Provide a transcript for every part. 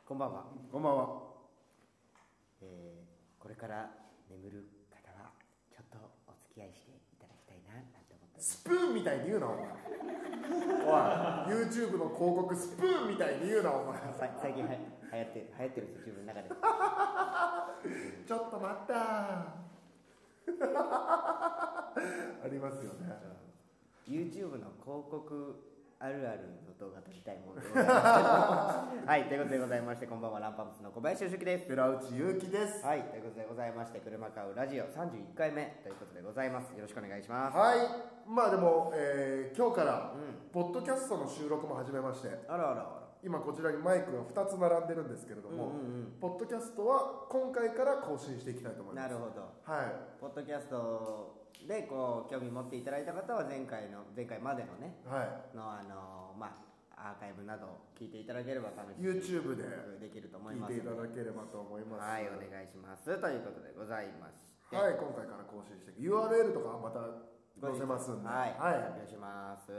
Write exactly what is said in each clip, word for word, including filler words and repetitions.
こんばんは。 こんばんは。 えー、これから眠る方はちょっとお付き合いしていただきたいななんて思っております。 スプーンみたいに言うなお前。おい、YouTube の広告スプーンみたいに言うなお前。 さ最近は流行ってる流行ってるんですよ、自分の中で。 ちょっと待ったありますよね。 YouTube の広告あるあるの動画撮りたいものでございますけどはい、ということでございまして、こんばんは、ランパンプスの小林修樹です。 寺内優輝です。 はい、ということでございまして、車買うラジオさんじゅういっかいめということでございます。よろしくお願いします。 はい、まあでも、えー、今日からうん、 ポッドキャストの収録も始めまして、 あらあらあら、 今こちらにマイクがふたつ並んでるんですけれども、 うんうんうん、 ポッドキャストは今回から更新していきたいと思います。 なるほど。 はい、 ポッドキャストでこう興味持っていただいた方は前回の前回までのね、 はい、 のあのまあアーカイブなどを聞いていただければ楽しみ YouTube でできると思い聞いますていただければと思います。 はい、お願いしますということでございまして、 はい、今回から更新して ユーアールエル とかまた載せますんで、 はい、 はい、 発表します。うん、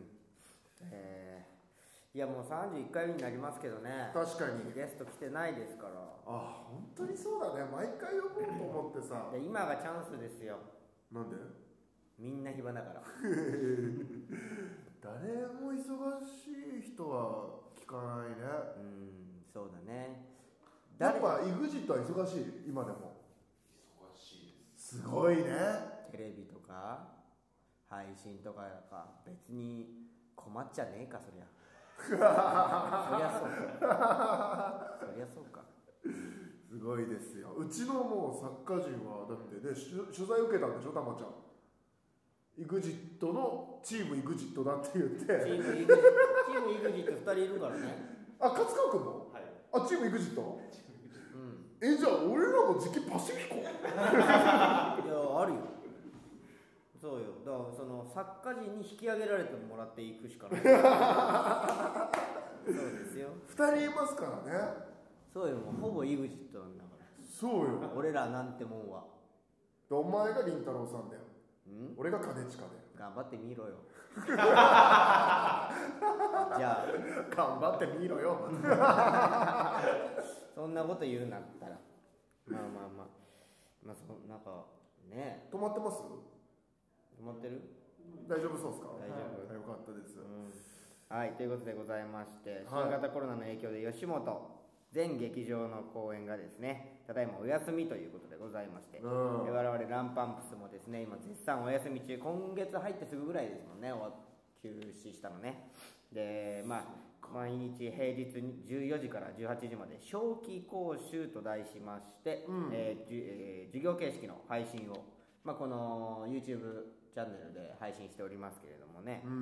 えー、いやもうさんじゅういっかいめになりますけどね、 確かにゲスト来てないですから。 あ、本当にそうだね。毎回呼ぼうと思ってさ。 で今がチャンスですよ。 なんで？ みんな暇だから誰も忙しい人は聞かないね。 うん、そうだね。 やっぱ イグジット は忙しい、今でも。 忙しいです。 すごいね。 テレビとか配信とかか別に困っちゃねえか、そりゃそりゃそうかそりゃそうか。 すごいですよ。うちのもう作家陣はだってね、取取材受けたんでしょ、たまちゃん。 イグジット のチーム イグジット だって言って。 チーム イグジット チーム イグジット ふたりいるからね。 あ、勝川君も？ はい。 あ、チーム イグジット？ うん、 え、じゃあ俺らも次期パシフィコ？ いやあるよ。そうよ。だからその作家陣に引き上げられてもらっていくしかないそうですよ。 ふたりいますからね。 そうよ、もうほぼ イグジット なんだから。 そうよ。 俺らなんてもんは。 お前が凛太郎さんだよ。 ん？ 俺が兼近だよ。 頑張ってみろよじゃあ頑張ってみろよそんなこと言うんだったらまあまあまあまあそなんかね。 止まってます？ 止まってる？ 大丈夫そうですか？ 大丈夫。 はい、よかったです、 うん、はい、ということでございまして、 はい、 新型コロナの影響で吉本全劇場の公演がですね、ただいまお休みということでございまして、 うん、 我々ランパンプスもですね、今絶賛お休み中。今月入ってすぐぐらいですもんね、休止したのね。で、まあ毎日平日じゅうよじからじゅうはちじまで小規講習と題しまして、うん、えーじえー、授業形式の配信を、まあ、この YouTube チャンネルで配信しておりますけれどもね、うん、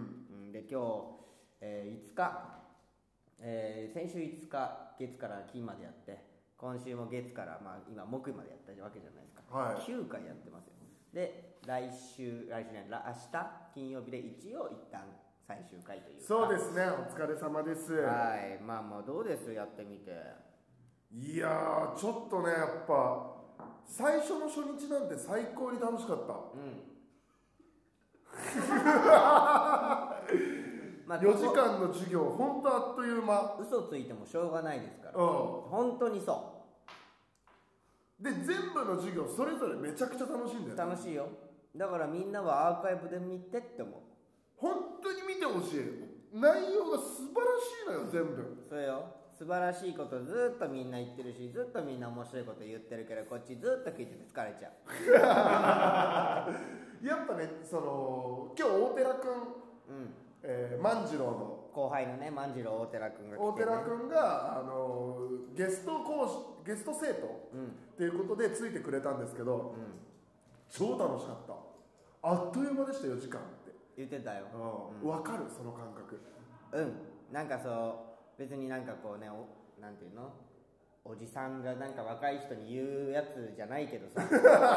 で今日、えー、いつか、えー、先週いつか月から金までやって、今週も月から、まあ、今木までやったわけじゃないですか、はい、きゅうかいやってますよ。で来週来週ね明日金曜日で一応一旦最終回というか。 そうですね、お疲れ様です。 はい、まあまあどうです、やってみて。 いやーちょっとね、やっぱ最初の初日なんて最高に楽しかった。うんまあ、よじかんの授業、本当あっという間。 嘘ついてもしょうがないですから、うん、本当にそうで、全部の授業それぞれめちゃくちゃ楽しいんだよ、ね、 楽しいよ。だからみんなはアーカイブで見てって思う。 本当に見てほしい。内容が素晴らしいのよ、全部。 そうよ、素晴らしいことずっとみんな言ってるし、ずっとみんな面白いこと言ってるけど、こっちずっと聞いてて疲れちゃうやっぱね、その今日大寺くん、うんえー、万次郎の後輩のね、万次郎大寺くんが来て、ね、 大寺くんが、あのー、ゲスト講師ゲスト生徒、うん、っていうことでついてくれたんですけど、うん、超楽しかった。あっという間でした、よじかんって言ってたよ。 うん、分かる、その感覚。 うん、なんかそう別になんかこうね、おなんていうの、おじさんがなんか若い人に言うやつじゃないけどさ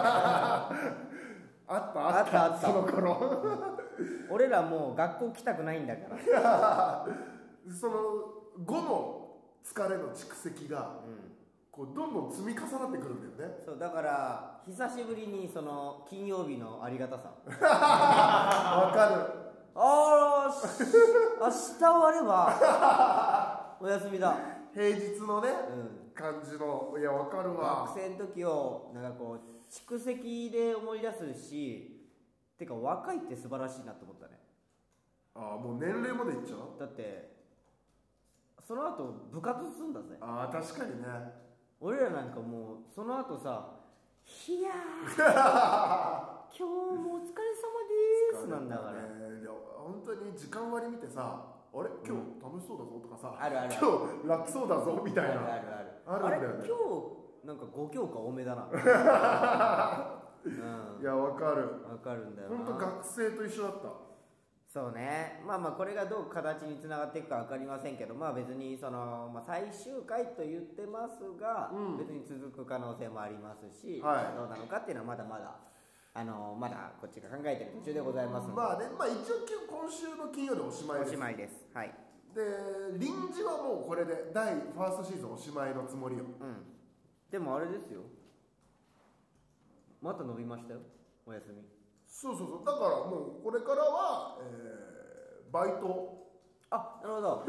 あったあったあった、その頃俺らもう学校来たくないんだからその後の疲れの蓄積が、うん、こうどんどん積み重なってくるんだよね。 そうだから久しぶりにその金曜日のありがたさわかる。 あー明日終わればお休みだ。 平日のね、 うん、 感じの。いやわかるわ。 学生の時をなんかこう蓄積で思い出すし、てか若いって素晴らしいなと思ったね。 ああ、もう年齢までいっちゃう。 だってその後部活すんだぜ。 ああ確かにね。 俺らなんかもうその後さ、いやー今日もお疲れ様ですなんだから、 ね、いや本当に時間割見てさ、あれ今日楽しそうだぞとかさ、 あるある、 今日楽そうだぞみたいな、 あるあるある、 あるんだよね。 あれ今日なんかご教科多めだな、うん、 いやわかるわかるんだよな。 本当学生と一緒だった。 そうね。まあまあこれがどう形につながっていくか分かりませんけど、まあ別にその、まあ、最終回と言ってますが、うん、別に続く可能性もありますし、はい、どうなのかっていうのはまだまだあのまだこっちが考えてる途中でございますので、 まあね、まあ一応今週の金曜でおしまいです。 おしまいです。はい。 で臨時はもうこれで第ファーストシーズンおしまいのつもりよ。 うん。でもあれですよ、また伸びましたよ、お休み。 そうそうそう、だからもうこれからは、えー、バイト。 あ、なるほど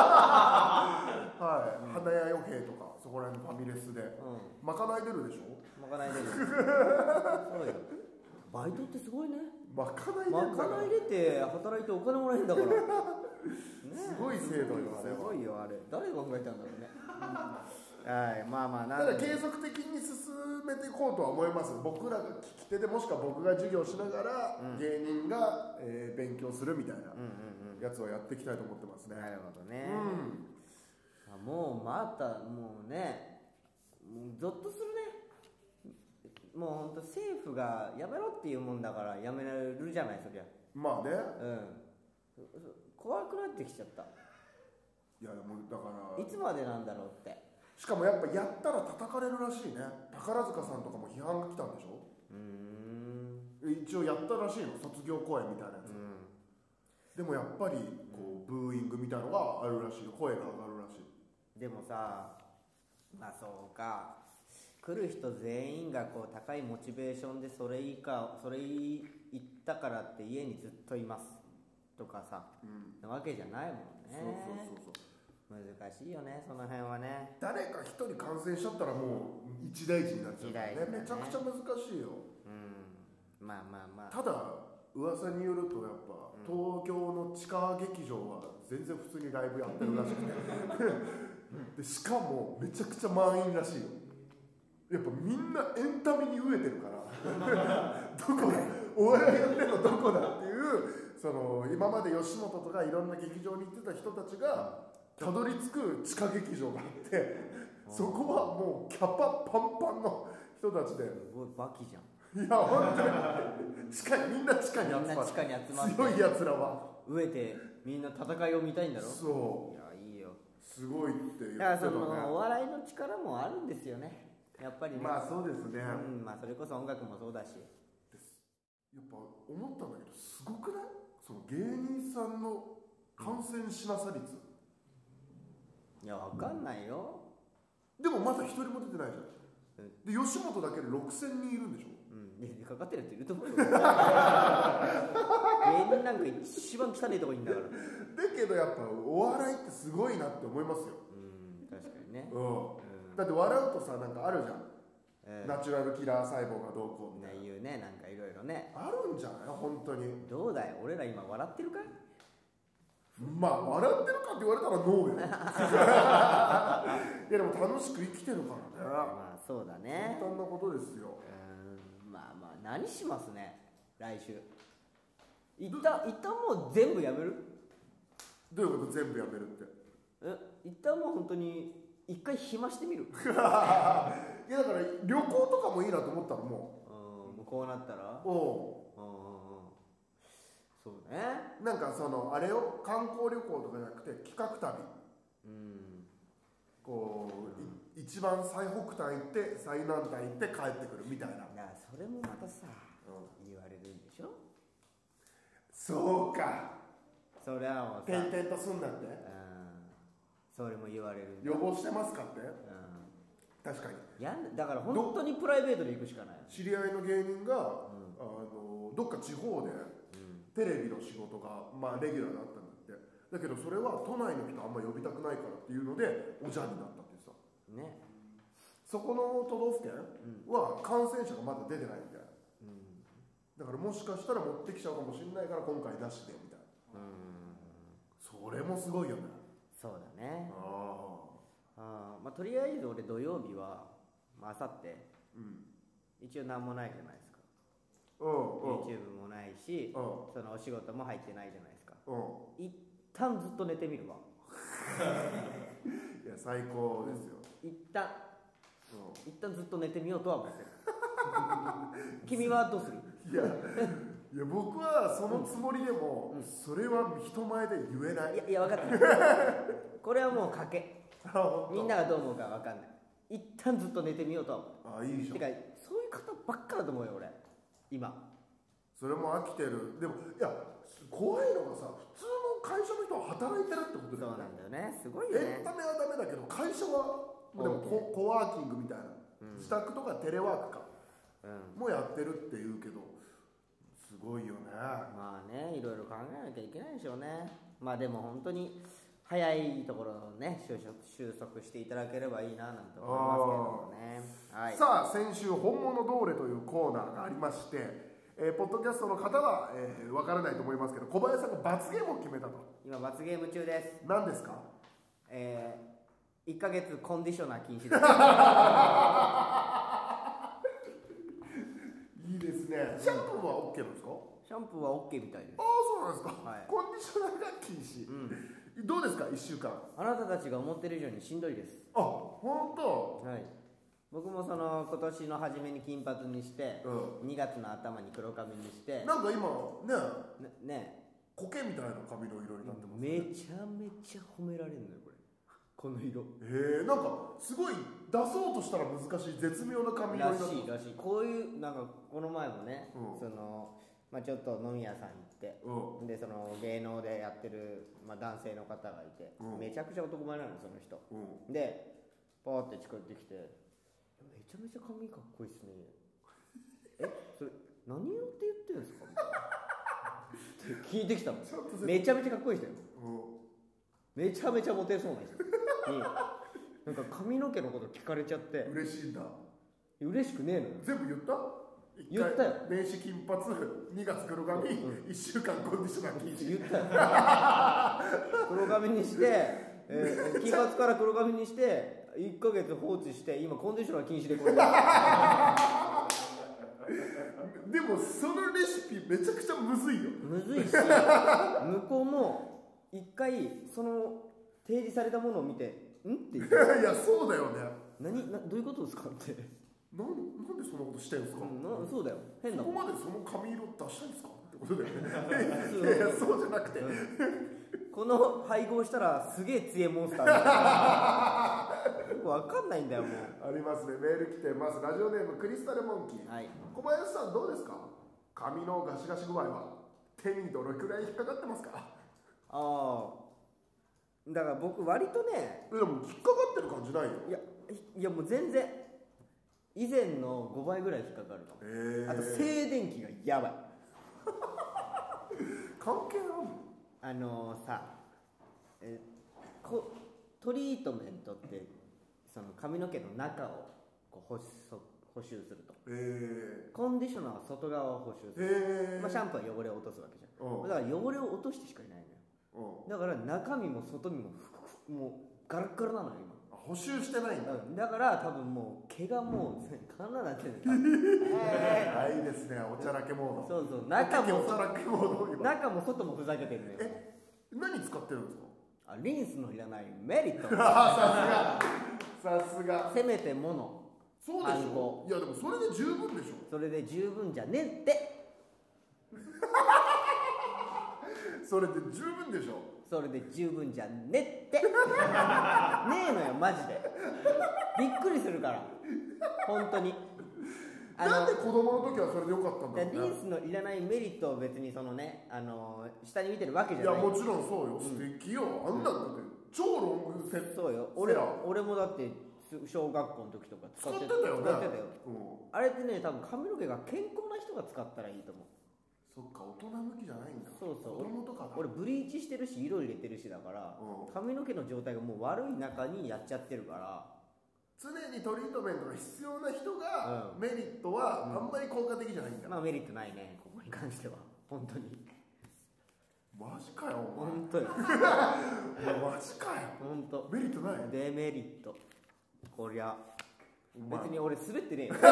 はい、うん、花屋与兵とかそこら辺のファミレスで、うん、まかない出るでしょ。 まかない出るそうよ、バイトってすごいね。 まかない出るまかない出て働いてお金もらえるんだからね、 すごい制度よあれは。 すごいよあれ、誰が考えたんだろうねはい、まあまあ、 ただ継続的に進めていこうとは思います。僕らが聞き手で、もしくは僕が授業しながら、うん、芸人が、えー、勉強するみたいなやつはやっていきたいと思ってますね。 なるほどね、 うん、 もうまたもうね、もうゾッとするね。もうほんと政府がやめろっていうもんだからやめられるじゃない、そりゃ。 まあね、 うん、怖くなってきちゃった。 いやもうだからいつまでなんだろうって。 しかもやっぱやったら叩かれるらしいね。宝塚さんとかも批判が来たんでしょ。うーん、一応やったらしいの、卒業公演みたいなやつ、うん、でもやっぱりこうブーイングみたいなのがあるらしい、声が上がるらしい。 でもさ、まあそうか、来る人全員がこう高いモチベーションでそれ以下それ言ったからって家にずっといますとかさ、うん、なわけじゃないもんね。そうそうそうそう、難しいよね、その辺はね。 誰か一人感染しちゃったらもう一大事になっちゃうからね。ね、めちゃくちゃ難しいよ。 うん、まあまあまあ。 ただ噂によるとやっぱ、うん、東京の地下劇場は全然普通にライブやってるらしくてでしかもめちゃくちゃ満員らしいよ。やっぱみんなエンタメに飢えてるからどこだ、お笑いやってるのどこだっていう、その今まで吉本とかいろんな劇場に行ってた人たちがたどり着く地下劇場があって、そこはもうキャパパンパンの人たちで、すごいバキじゃん。 いや本当に地下にみんな地下に集まる、 みんな地下に集まって強いやつらは飢えてみんな戦いを見たいんだろ。 そう、 いやいいよ、 すごいって言ってたね。 だからそのお笑いの力もあるんですよね、やっぱりね。 まあそうですね、 うん、まあそれこそ音楽もそうだし。 やっぱ思ったんだけど、すごくない？その芸人さんの感染しなさ率、 いや、わかんないよ。 でもまだ一人も出てないじゃん。で、吉本だけでろくせんにんいるんでしょ。 うん、でかかってるっていると思うよ芸人なんか一番汚いとこいいんだから。だけどやっぱお笑いってすごいなって思いますよ。 うん、確かにね、 うん、うん、だって笑うとさ、なんかあるじゃん、えー、ナチュラルキラー細胞がどうこうみたいな、 言うね、なんかいろいろね、 あるんじゃない本当に。 どうだよ、俺ら今笑ってるかい？ まあ笑ってるかって言われたらノーよいやでも楽しく生きてるからね。 まあそうだね、 簡単なことですよ。 うん、まあまあ何しますね来週。一旦一旦もう全部やめる？ どういうこと？全部やめるって。 え、一旦もう本当に一回暇してみるいやだから旅行とかもいいなと思ったらもう、うん、もうこうなったら、 おう、 そうね、 なんかそのあれを観光旅行とかじゃなくて企画旅、うん、こう、うん、一番最北端行って最南端行って帰ってくるみたいな。 だからそれもまたさ、うん、言われるんでしょ。 そうか、 それはもうさ、 転々とすんだって、うん、 それも言われる。 予防してますかって、うん、確かに。 やんだから本当にプライベートで行くしかない。 知り合いの芸人が、うん、あのどっか地方でテレビの仕事が、まあ、レギュラーだったんだって。 だけどそれは都内の人あんま呼びたくないからっていうのでおじゃんになったってさね、 そこの都道府県は感染者がまだ出てないみたいな、うん、だからもしかしたら持ってきちゃうかもしれないから今回なしでみたいな、うん、それもすごいよね。 そうだね。ああ、まあ、とりあえず俺土曜日はあさって、うん、一応何もないじゃないですか。うん、YouTube もないし、うん、そのお仕事も入ってないじゃないですか。うん、一旦ずっと寝てみるわ。 いや最高ですよ。 一旦、うん、一旦ずっと寝てみようとは思ってる。君はどうする？ いや、いや僕はそのつもりでも、うん、それは人前で言えない。 いや、いや分かった。これはもう賭け。みんながどう思うか分かんない。一旦ずっと寝てみようとは思う。 あ、いいでしょ。 てかそういう方ばっかだと思うよ俺。今。 それも飽きてる。でもいや怖いのがさ、普通の会社の人は働いてるってことだよね。 そうなんだよね。すごいよね。 エンタメはダメだけど会社はでも コ, コワーキングみたいな、うん、自宅とかテレワークか、うん、もやってるっていうけどすごいよね。 まあね、いろいろ考えなきゃいけないでしょうね。まあでも本当に早いところをね収束、収束していただければいいななんて思いますけどもね、はい、 さあ先週本物どれというコーナーがありまして、えー、ポッドキャストの方は、えー、分からないと思いますけど小林さんが罰ゲームを決めたと。 今罰ゲーム中です。 何ですか？ えー、いっかげつコンディショナー禁止です。 いいですね。シャンプーは OK なんですか？ シャンプーは OK みたいです。 ああ、そうなんですか、はい、コンディショナーが禁止、うん、どうですかいっしゅうかん。 あなたたちが思ってる以上にしんどいです。 あ、本当？ はい。僕もその今年の初めに金髪にして、うん、にがつの頭に黒髪にして、 なんか今ねねね苔みたいな髪の色になってますね。 めちゃめちゃ褒められるのよこれ、この色。 へえ、なんかすごい出そうとしたら難しい絶妙な髪色になってます。 らしいらしい。こういうなんかこの前もね、うん、そのまあちょっと飲み屋さん行って、うん、でその芸能でやってる、まあ、男性の方がいて、うん、めちゃくちゃ男前なのその人、うん、でパーって近寄ってきて、めちゃめちゃ髪かっこいいっすね。え、それ何色って言ってるんですかみたいなって聞いてきたの。めちゃめちゃかっこいい人よ、うん、めちゃめちゃモテそうな人になんか髪の毛のこと聞かれちゃって嬉しいんだ。 嬉しくねえのよ。 全部言った？ 言ったよ。 年始金髪、にがつ黒髪、うん、いっしゅうかんコンディショナー禁止。 言ったよ。黒髪にして、えー、金髪から黒髪にしていっかげつ放置して今コンディショナー禁止でこれ。 でもそのレシピめちゃくちゃむずいよ。 むずいし、向こうも一回その提示されたものを見てんって言って。 いやそうだよね。 何などういうことですかって。 なんなんでそんなことしてんすか、うん、 なそうだよ。変なそこまでその髪色出したいんですかってことだよね。いやいやそうじゃなくて、うん、 この配合したらすげえ強いモンスターだよくわかんないんだよもう。 ありますね。メール来てます。ラジオネームクリスタルモンキー、はい、小林さんどうですか？髪のガシガシ具合は手にどれくらい引っかかってますか？ああ、だから僕割とね、 でも引っかかってる感じないよ。 いやいやもう全然以前のごばいぐらい引っかかるかも。あと静電気がやばい。 関係あるの？ あのー、さえこトリートメントってその髪の毛の中をこう保補修すると、えー、コンディショナーは外側を補修する、えーまあ、シャンプーは汚れを落とすわけじゃん、うん、だから汚れを落としてしかいないのよ、うん、だから中身も外身ももうガラッガラなのよ今。 補修してないんだ。 だから多分もう毛がもうかななってる。 あ、いいですね。おちゃらけモード。 そうそう。中もおちゃらけモード。 中も外もふざけてるね。 え、何使ってるんですか？ あ、リンスのいらないメリット。 さすが。さすが。 せめてもの。 そうでしょ。いやでもそれで十分でしょ。 それで十分じゃねってそれで十分でしょ。 それで十分じゃねってねえのよマジで。びっくりするから本当に。 あのなんで子供の時はそれでよかったんだろうね。 リンスのいらないメリットを別にそのね、あの下に見てるわけじゃない。 いやもちろんそうよ、素敵よ、うん、あんなんだって超ロングセット。 そうよ。俺俺もだって小学校の時とか使ってたよね。使ってたよ、うん、あれってね多分髪の毛が健康な人が使ったらいいと思う。 そっか、大人向きじゃないんだ。 そうそう子供とかだ。 俺ブリーチしてるし色入れてるしだから、 うん、 髪の毛の状態がもう悪い中にやっちゃってるから、 常にトリートメントが必要な人が、うん、メリットはあんまり効果的じゃないんだ、 うん、まあメリットないね、ここに関しては本当に。 マジかよお前。 本当よマジかよ。 本当メリットない。 デメリット、こりゃ別に俺滑ってねえよ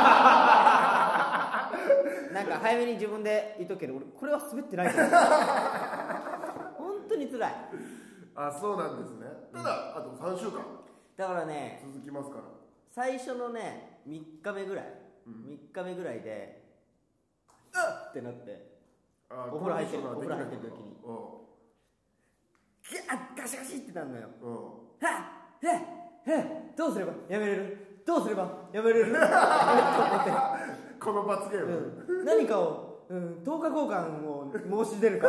なんか早めに自分で言っとくけど、俺これは滑ってないから本当に辛い。 あ、そうなんですね。ただ、うん、あとさんしゅうかんだからね、 続きますから。 最初のねみっかめぐらい、うん、みっかめぐらいであっってなって、 あ、 お風呂入ってるお風呂入ってる時にガッガシガシってなるのよ。 うん、 はっはっはっどうすればやめれる、どうすればやめれるこの罰ゲーム、 うん、何かを、うん、とおか交換を申し出るか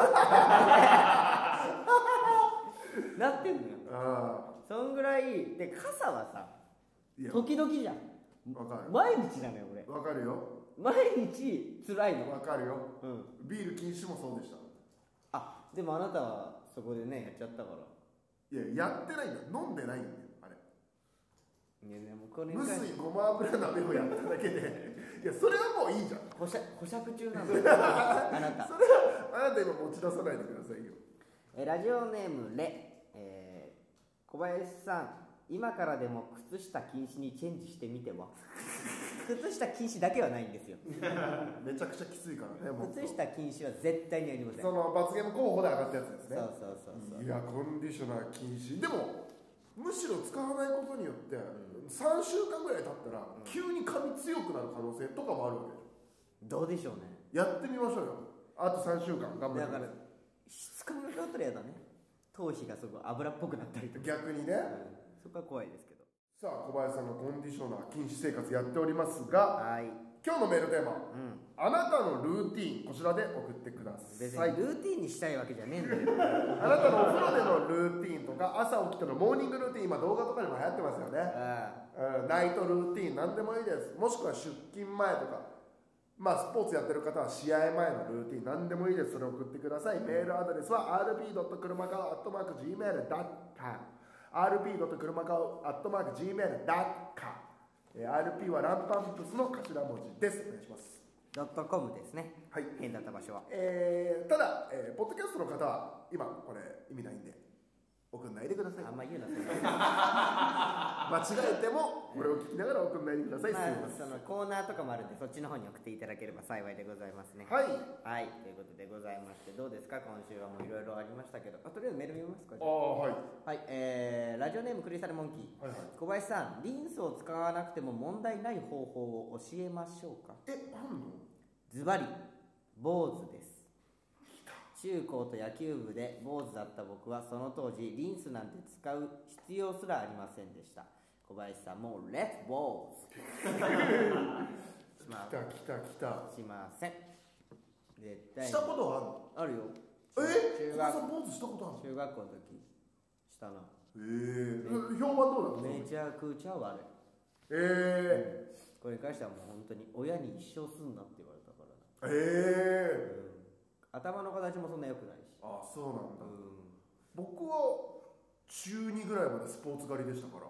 なってんのよ。 あ、 そんぐらいで、傘はさ時々じゃん。 わかる。 毎日なのよ俺。 わかるよ。 毎日辛いの。 わかるよ、 うん、 ビール禁止もそうでした。 あ、でもあなたはそこでねやっちゃったから。 いや、やってないんだよ、飲んでないんだよあれ。 いや、でもこれ無水ごま油鍋をやっただけでいや、それはもういいじゃん。 保釈保釈中なのあなた。 それはあなた今持ち出さないでくださいよ。 えラジオネームレ、えー、小林さん、今からでも靴下禁止にチェンジしてみては靴下禁止だけはないんですよめちゃくちゃきついからね。も靴下禁止は絶対にありません。 その罰ゲーム候補で上がったやつですね。 そうそうそうそう。 いや、コンディショナー禁止。でもむしろ使わないことによって、うん、さんしゅうかんぐらい経ったら、うん、急に髪強くなる可能性とかもあるわけ。 どうでしょうね。 やってみましょうよ。あとさんしゅうかん頑張って。だから質感が変わったらやだね。頭皮がすごい油っぽくなったりとか。 逆にね、うん、 そこは怖いですけど。 さあ、小林さんのコンディショナー禁止生活やっておりますが、 はい、 今日のメールテーマ、うん、あなたのルーティーン、こちらで送ってください。 別にルーティーンにしたいわけじゃねえんだよあなたのお風呂でのルーティーンとか、朝起きてのモーニングルーティーン、今動画とかにも流行ってますよね。ああ、うん、ナイトルーティーン何でもいいです。もしくは出勤前とか、まあスポーツやってる方は試合前のルーティーン何でもいいです。それを送ってください。メールアドレスは アールビードットクルマカオアットマークジーメールドットコム アールビードットクルマカオアットマークジーメールドットコム アールピー はランパンプスの頭文字です。お願いします。 ドットコムですね。 はい。 変だった場所は。 えー、ただ、えー、ポッドキャストの方は今これ意味ないんで送んないでください。 あんま言うなそれ。 間違えてもこれを聞きながら送んないでください。 まあ、 すみません。 そのコーナーとかもあるんで、そっちの方に送っていただければ幸いでございますね。 はい。 はい、ということでございまして、どうですか今週は。もういろいろありましたけど、あ、とりあえずメール読みますか。 ああ、はい。 はい、えー、ラジオネームクリスタルモンキー、はいはい、小林さん、リンスを使わなくても問題ない方法を教えましょうか。 え、あんの？ ズバリ坊主です。中高と野球部で坊主だった僕はその当時リンスなんて使う必要すらありませんでした。小林さんもレッツ坊主しま来た来た来たしません。絶対したことはある？あるよ。 え？小林さん坊主したことあるの？ 中学校の時したな。 えー、評判どうだったの？ めちゃくちゃ悪い。 えーうん、これに関してはもう本当に親に一生すんなって言われたからな。 えーうん、 頭の形もそんな良くないし。 ああ、そうなんだ、うん、僕は中にぐらいまでスポーツ狩りでしたから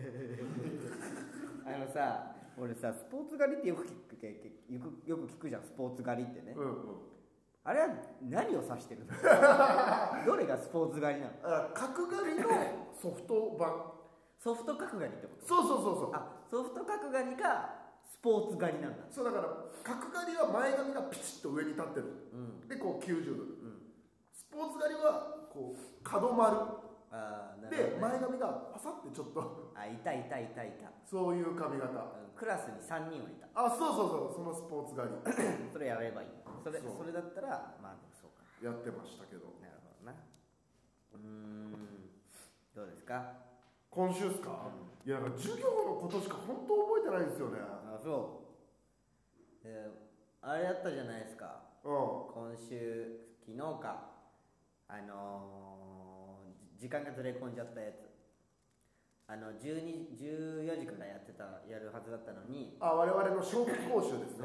あのさ、俺さ、スポーツ狩りってよく聞くよくよく聞くじゃん、スポーツ狩りってね、うんうん、あれは何を指してるのどれがスポーツ狩りなの？ あ、角刈りのソフト版ソフト角刈りってこと？ そうそうそうそう。 あ、ソフト角刈りがスポーツ狩りなんだ。 そう、だから角刈りは前髪がピチッと上に立ってる、うん、でこうきゅうじゅうど、うん、スポーツ狩りはこう角丸、あ、なるほどね、で前髪がパサってちょっとあ、いたいたいたいた、 そういう髪型、 うん、クラスにさんにんはいた。 あ、そうそうそう、そのスポーツ狩りそれやればいい。それ そ, それだったらまあでもそうか、 やってましたけど。 なるほどな。うーん、どうですか今週っすか、うん、いや、授業のことしか本当覚えてないんですよね。 あ、そう、えー、あれやったじゃないですか、うん、今週、昨日か、あのー、時間がずれ込んじゃったやつ、あのじゅうに、じゅうよじからやってたやるはずだったのに、 あ、我々の小規講習ですね。 そうそう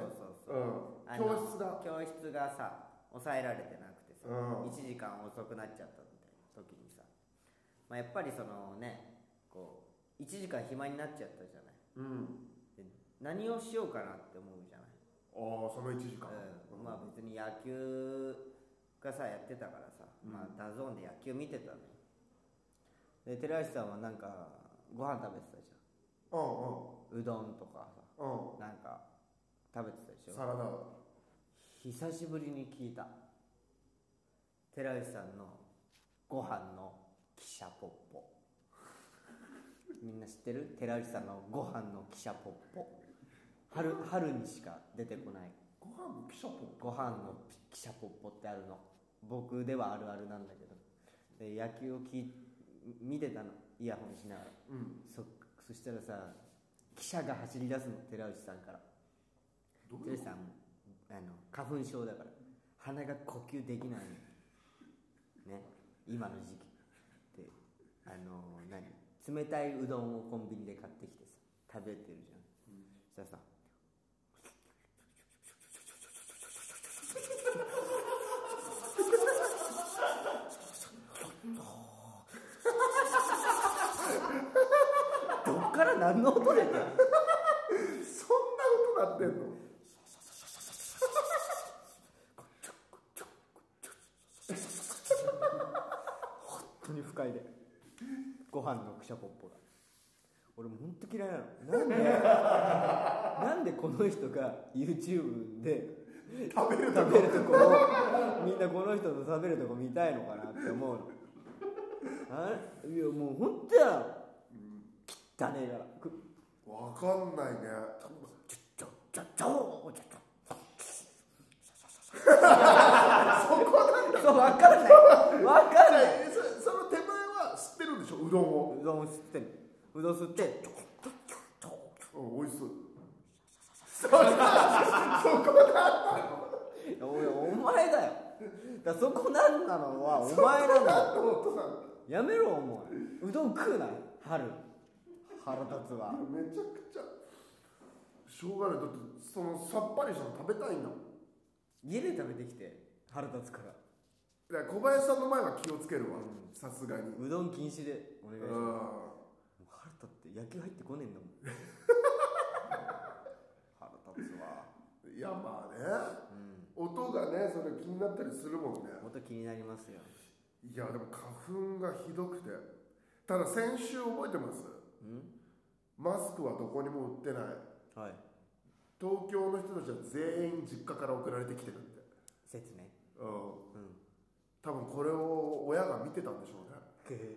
そう、 うん、 あの教室が教室がさ抑えられてなくてさ、 うん、 いちじかん遅くなっちゃったみたいな時にさ、まあ、やっぱりそのねこういちじかん暇になっちゃったじゃない、 うん、 で何をしようかなって思うじゃない。 ああそのいちじかん、 うん、まあ別に野球がさやってたからさ、うん、まあダゾーンで野球見てたのよ。で寺橋さんはなんかご飯食べてたじゃん。うんうん、うどんとかさ、うん、なんか食べてたでしょ。 サラダ。 久しぶりに聞いた寺内さんのご飯の汽車ポッポみんな知ってる？寺内さんのご飯の汽車ポッポ、春春にしか出てこないご飯の汽車ポッポ、 ご飯の汽車ポッポってあるの。僕ではあるあるなんだけど、で野球をき見てたの、イヤホンしながら、うん、そ, そしたらさ汽車が走り出すの、寺内さんから。寺内さんあの花粉症だから鼻が呼吸できないのね、今の時期で、あの何冷たいうどんをコンビニで買ってきてさ食べてるじゃん、うん、そしたらさどっから何の音出てんの？ そんな音なってんの？ 本当に不快で、ご飯のくしゃぽっぽが俺も本当嫌いなの。なんでなんでこの人が YouTube で食べる食べるとこをみんなこの人の食べるとこ見たいのかなって思うの。あいやもう本当や汚ねえからわかんないね。 ちょちょちょちょちょちょそこなんだ。 そう分かんない分かんない。 そ, その手前は吸ってるんでしょ、うどんを。 うどんを吸ってる、うどん吸ってうん、美味しそう。そこなんだ。 お, お前だよ。だそこなんなのはお前なんだよ。やめろお前。うどん食うな春。腹立つわ。 めちゃくちゃしょうがない。だってそのさっぱりしたの食べたいんだもん。 家で食べてきて腹立つから。 だから小林さんの前は気をつけるわ、さすがに。 うどん禁止でお願いします。腹立って野球入ってこねえんだもん。腹立つわ。 いやまあね、うん、音がねそれ気になったりするもんね。 音気になりますよ。 いやでも花粉がひどくて、ただ先週覚えてます？んマスクはどこにも売ってない、はい、東京の人たちは全員実家から送られてきてるって説ね。 うん、うん、多分これを親が見てたんでしょうね。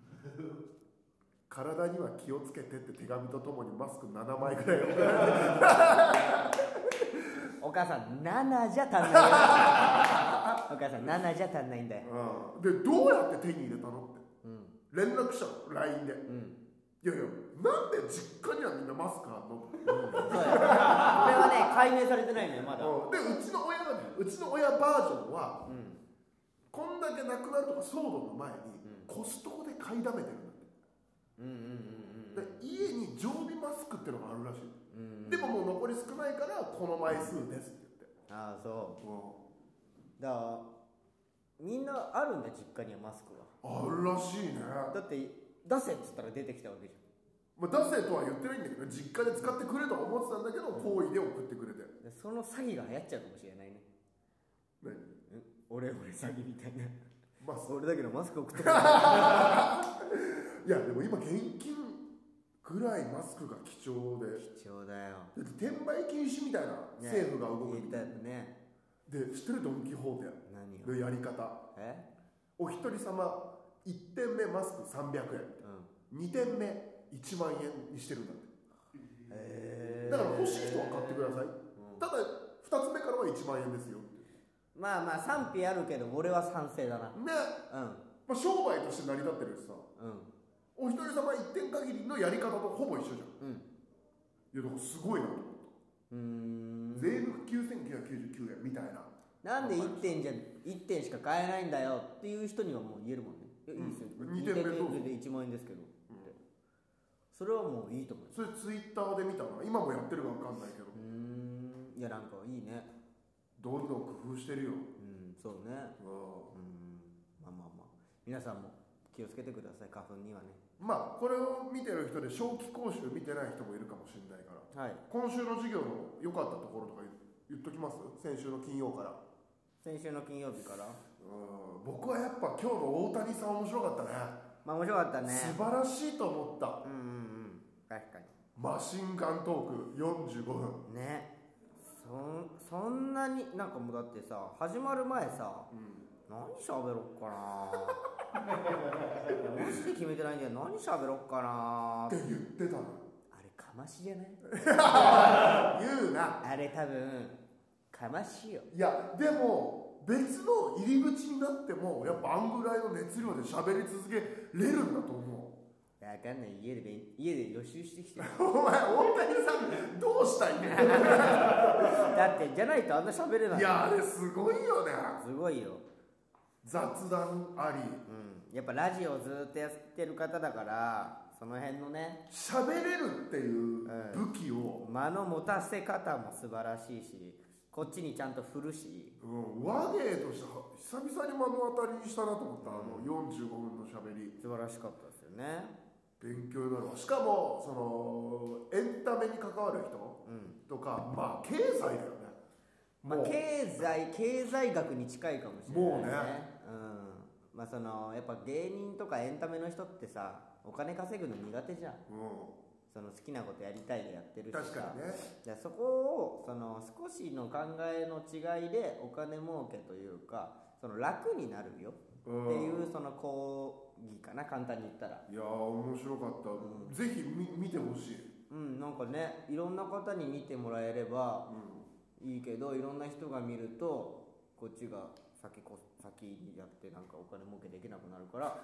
体には気をつけてって手紙とともにマスクななまいぐらい送られてお母さんななじゃ足んないよ。お母さんななじゃ足んないんだよ、 うん、でどうやって手に入れたのって、うん、連絡したの ライン で、うん、いやいやなんで実家にはみんなマスクあんの、うん、そうやこれはね解明されてないのよまだ、 うん、でうちの親がねうちの親バージョンは、うん、こんだけなくなるとか騒動の前に、うん、コストコで買いだめてるんだって、うんうんうんうん、で家に常備マスクってのがあるらしい、うんうん、でももう残り少ないからこの枚数ですって言って。 ああそう、うん、だからみんなあるんだ実家にはマスクは。 あるらしいね。 だって出せっつったら出てきたわけじゃん、まあ、出せとは言ってないんだけど実家で使ってくれとは思ってたんだけど好意、うん、で送ってくれて、 その詐欺が流行っちゃうかもしれないね。何？俺俺詐欺みたいなマスク俺だけどマスク送ってくれいやでも今現金ぐらいマスクが貴重で貴重だよ。 だって転売禁止みたいな、ね、政府が動くみたいなね。 で知ってるドン・キホーテのやり方。えお一人様いってんめマスクさんびゃくえん、うん、にてんめいちまんえんにしてるんだって。へだから欲しい人は買ってください、うん、ただふたつめからはいちまんえんですよって。 まあまあ賛否あるけど俺は賛成だなね、 うんまあ、商売として成り立ってるしさ、うん、お一人様一点限りのやり方とほぼ一緒じゃん、うん、いやだからすごいなと思った。うーん税抜ききゅうせんきゅうひゃくきゅうじゅうきゅうえんみたいな。 なんでいってんじゃいってんしか買えないんだよっていう人にはもう言えるもんね。いやいいですよ、うん、にてんめでいちまんえんですけど、うん、それはもういいと思う。 それツイッターで見たの今もやってるか分かんないけど。うーんいやなんかいいね。 どんどん工夫してるよ。 うんそうね。 うんうんまあまあまあ皆さんも気をつけてください、花粉にはね。 まあこれを見てる人で長期講習見てない人もいるかもしれないから、 はい。 今週の授業の良かったところとか言っときます？先週の金曜から。 先週の金曜日から。 うん僕はやっぱ今日の大谷さん面白かったね。 まあ面白かったね。 素晴らしいと思った。 うんうんうん確かにマシンガントークよんじゅうごふんね。そんそんなになんかもうだってさ始まる前さ、 うん、 何喋ろっかなマジで決めてないんだよ。何喋ろっかなって言ってたの。 あれかましじゃない言うな。 あれ多分かましよ。 いやでも別の入り口になってもやっぱあんぐらいの熱量で喋り続けれるんだと思う。 わかんない。家で勉家で予習してきてるお前大谷さんどうしたいねだってじゃないとあんな喋れない。 いやあれすごいよね。 すごいよ。 雑談あり、 うん、やっぱラジオずっとやってる方だからその辺のね喋れるっていう武器を、 間の持たせ方も素晴らしいし、こっちにちゃんと振るし、 うん、和芸として久々に目の当たりにしたなと思った、あのよんじゅうごふんのしゃべり素晴らしかったですよね。 勉強になるわ。しかもそのエンタメに関わる人とか、うん、まあ経済だよね。 まあ、経済経済学に近いかもしれないね。 もうね、 うん、まあそのやっぱ芸人とかエンタメの人ってさお金稼ぐの苦手じゃん、うん、その好きなことやりたいでやってるしさ。 確かにね。 そこをその少しの考えの違いでお金儲けというかその楽になるよっていうその講義かな、簡単に言ったら。 いやー面白かった、うん、ぜひ見見てほしい。 うんなんかねいろんな方に見てもらえればいいけど、いろんな人が見るとこっちが先こ先にやってなんかお金儲けできなくなるから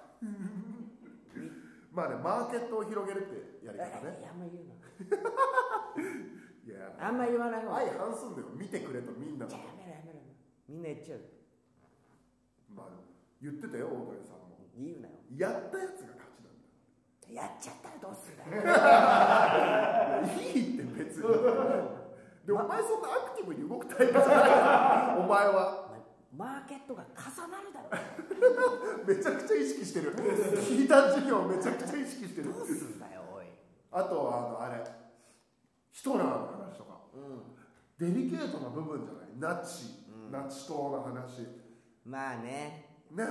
まあねマーケットを広げるってやり方ね。 いやあんま言うな。 いやあんま言わない方が相反すんだよ。見てくれとみんなが。 やめろやめろみんな言っちゃう。 まあ言ってたよ大谷さんも。 言うなよ。 やったやつが勝ちなんだ。 やっちゃったらどうすんだよいいって別にで、ま、お前そんなアクティブに動くタイプじゃないお前はマーケットが重なるだろめちゃくちゃ意識してる。聞いた授業めちゃくちゃ意識してる。 どうすんだよおい。 あとはあのあれヒトラーの話とか、うん、デリケートな部分じゃない。ナチ、うん、ナチ党の話。 まあねね、うん、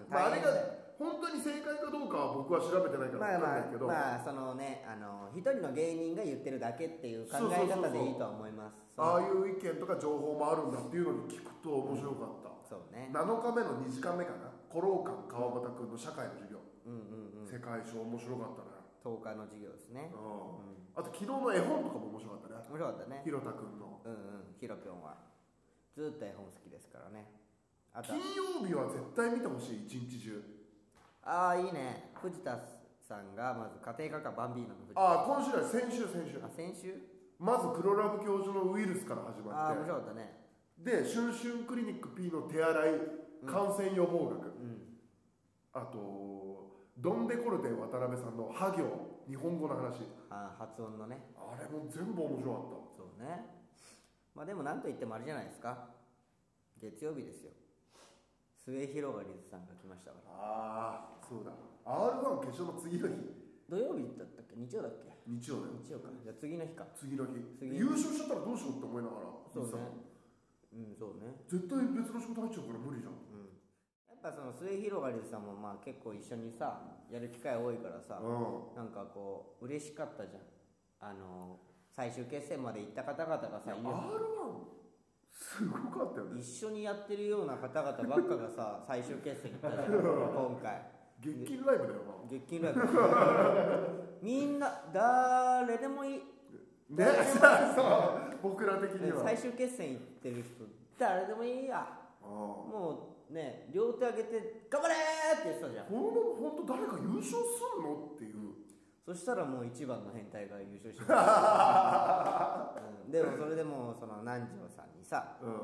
まあ、あれが本当に正解かどうかは僕は調べてないから分かんないけど、 まあまあ、まあそのねあの一人の芸人が言ってるだけっていう考え方でいいとは思います。 ああいう意見とか情報もあるんだっていうのに聞くと面白かった、うん、そうね。なのかめのにじかんめかな、古老館川端君の社会の授業、うんうんうん、世界史面白かったね。とおかの授業ですね、うんうん、あと昨日の絵本とかも面白かったね。面白かったね。ひろた君のうんうんひろぴょんはずっと絵本好きですからね。あと金曜日は絶対見てほしい一日中。ああいいね。藤田さんがまず家庭科科バンビーノの藤田。ああ今週だ。先週先週あ先週まず黒ラブ教授のウイルスから始まって、ああ面白かったね。でシュンシュンクリニック P の手洗い感染予防学、うん、あとドンデコルテ渡辺さんのハ行日本語の話、ああ発音のね、あれも全部面白かった。そうね。まあでもなんといってもあれじゃないですか、月曜日ですよ。末広がりずさんが来ましたから。ああそうだ アールワン 決勝の次の日土曜日だったっけ日曜だっけ。日曜だよ。日曜か。じゃあ次の日か。次の日次の日優勝しちゃったらどうしようって思いながら。そうね。うんそうね。絶対別の仕事入っちゃうから無理じゃん、うん、やっぱその末広がりずさんもまあ結構一緒にさやる機会多いからさ、うん、なんかこう嬉しかったじゃん。あの最終決戦まで行った方々がさ アールワンすごかったよね。一緒にやってるような方々ばっかがさ最終決戦に行ったじゃん今回。月金ライブだよな。月金ライブみんな誰でもいいね。そう僕ら的には最終決戦行ってる人誰でもいいや。もうね両手上げて頑張れーって言ってたじゃん。ほんと誰か優勝すんのっていう。そしたらもう一番の変態が優勝してた、うん、でもそれでもその南條さんにさ、うん、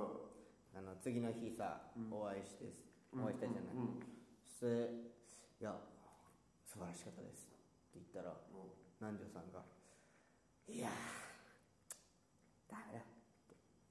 あの次の日さ、うん、お会いしてお会いしたじゃない、うんうん、そして「いや素晴らしかったです」って言ったら、うん、南條さんが「いやーダメだ」って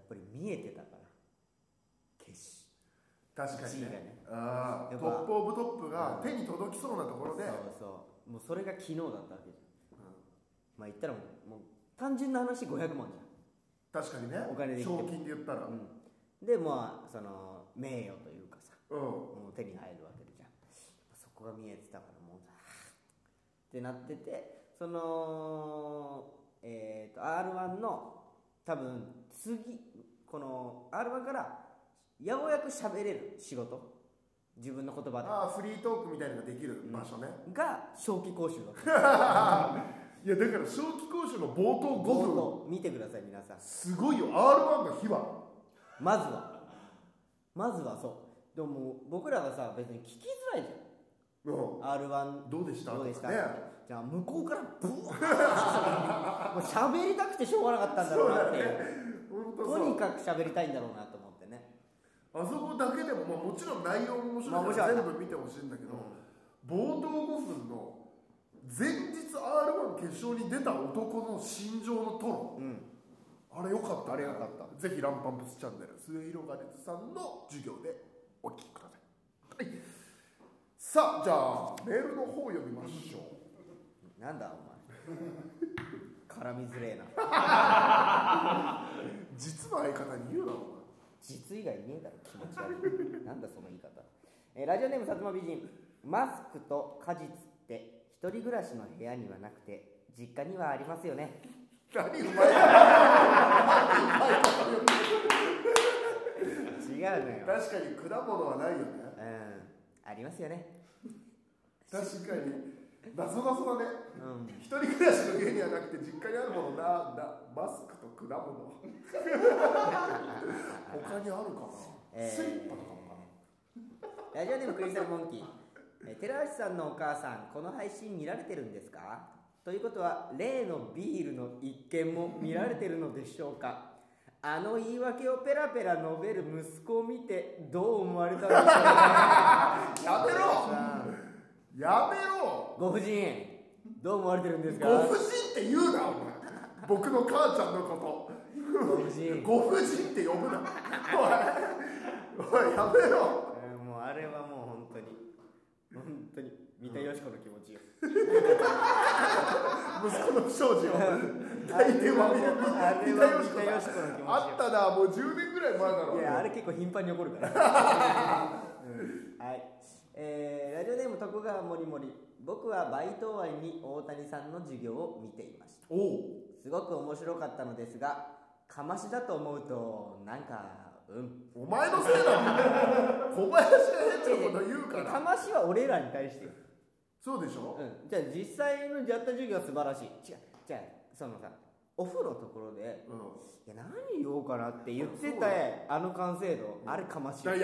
ぱり見えてたから決し確かにね、 いちいがねあーやっぱトップオブトップが手に届きそうなところで、 そうそうもうそれが昨日だったわけじゃん、うん、まあ言ったらもう、もう単純な話ごひゃくまんじ確かにね、 お金で言っても賞金で言ったら、 ゃん、うん、でまあその名誉というかさ、 うん、 もう手に入るわけじゃん。そこが見えてたからもうはぁってなってて、そのえっ、ー、と アールワン の多分次この アールワン からようやく喋れる仕事、自分の言葉でああフリートークみたいなのができる場所ね、 うん、が正気講習だったいやだから正気講習の冒頭ごふん冒頭見てください皆さん。 すごいよ アールワン の秘話。 まずはまずはそうでももう僕らがさ別に聞きづらいじゃん、 うん、 アールワンどうでしたどうでした、 ね、 じゃあ向こうからブワーもう喋りたくてしょうがなかったんだろうなって、 ね、 とにかく喋りたいんだろうなと思ってね。 あそこだけでも、まあ、もちろん内容も面白いかまあら全部見てほしいんだけど、冒頭ごふんの前日 アールワン 決勝に出た男の心情のトロ、 うん、 あれよかった、ね、 あれよかった。 ぜひランパンプスチャンネル末広がりずさんの授業でお聞きください、はい、さあじゃあメールの方を読みましょうなんだお前絡みづれえな実の相方に言うなお前。 実以外ねえだろ気持ち悪いなんだその言い方、えー、ラジオネームさつま美人。マスクと果実って一人暮らしの部屋にはなくて実家にはありますよね。 何うまい違うのよ。 確かに果物はないよね。 うんありますよね。 確かに謎謎だね、 うん、 一人暮らしの家にはなくて実家にあるものなんだ。マスクと果物他にあるかな、えー、スリッパとかもかな。 ラジオネームクリスタルモンキー。えー、寺橋さんのお母さんこの配信見られてるんですか？ということは例のビールの一件も見られてるのでしょうか？あの言い訳をペラペラ述べる息子を見てどう思われたのでしょうか？ やめろやめろご婦人どう思われてるんですか？ ご婦人って言うなお前僕の母ちゃんのことご婦人ご婦人って呼ぶなおいおいやめろ、 えー、もうあれはもう本当に本当に三田佳子の気持ちよ息子の不祥事を大電話見るあれは三田佳子の気持ちよあったなもうじゅうねんぐらい前だろ。 いやあれ結構頻繁に起こるから、うん、はい、えー、ラジオネーム徳川もりもり。僕はバイト終わりに大谷さんの授業を見ていました。 おすごく面白かったのですがかましだと思うとなんかうんお前のせいだ小林が変なこと言うからかましは俺らに対してよ。 そうでしょ、 うん、じゃあ実際のやった授業は素晴らしい。違うじゃあそのさお風呂のところで、うん、いや何言おうかなって言ってたあの完成度、うん、あれかましやめろ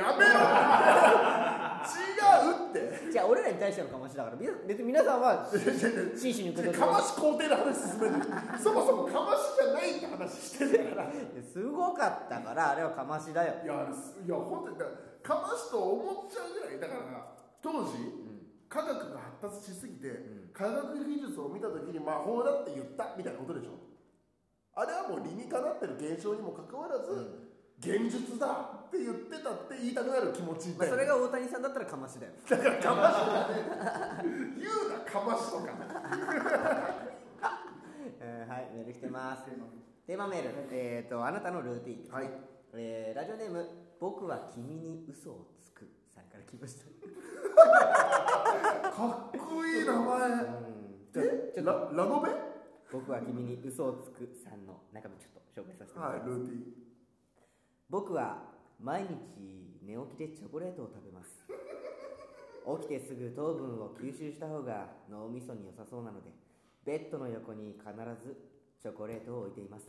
違うってじゃあ俺らに対してのかましだから別に皆さんは真摯に受け止めてかまし肯定の話進めるそもそもかましじゃないって話してるからすごかったからあれはかましだよ。 いやいや本当にだかましと思っちゃうぐらいだから当時、うん科学が発達しすぎて、うん、科学技術を見た時に魔法だって言ったみたいなことでしょ。あれはもう理にかなってる現象にもかかわらず、うん、現実だって言ってたって言いたくなる気持ちだよ、ね、 まあ、それが大谷さんだったらかましだよ。 だからかましだね言うなかましとかえー、はいメール来てます。テーマメール、えーとあなたのルーティンですね、はいえー、ラジオネーム僕は君に嘘をつくさんから来ましたかっこいい名前、うん、えちょっとララノベ僕は君に嘘をつくさんの中身ちょっと紹介させてもらいます、 はい、ルーティン。 僕は毎日寝起きでチョコレートを食べます。起きてすぐ糖分を吸収した方が脳みそに良さそうなのでベッドの横に必ずチョコレートを置いています。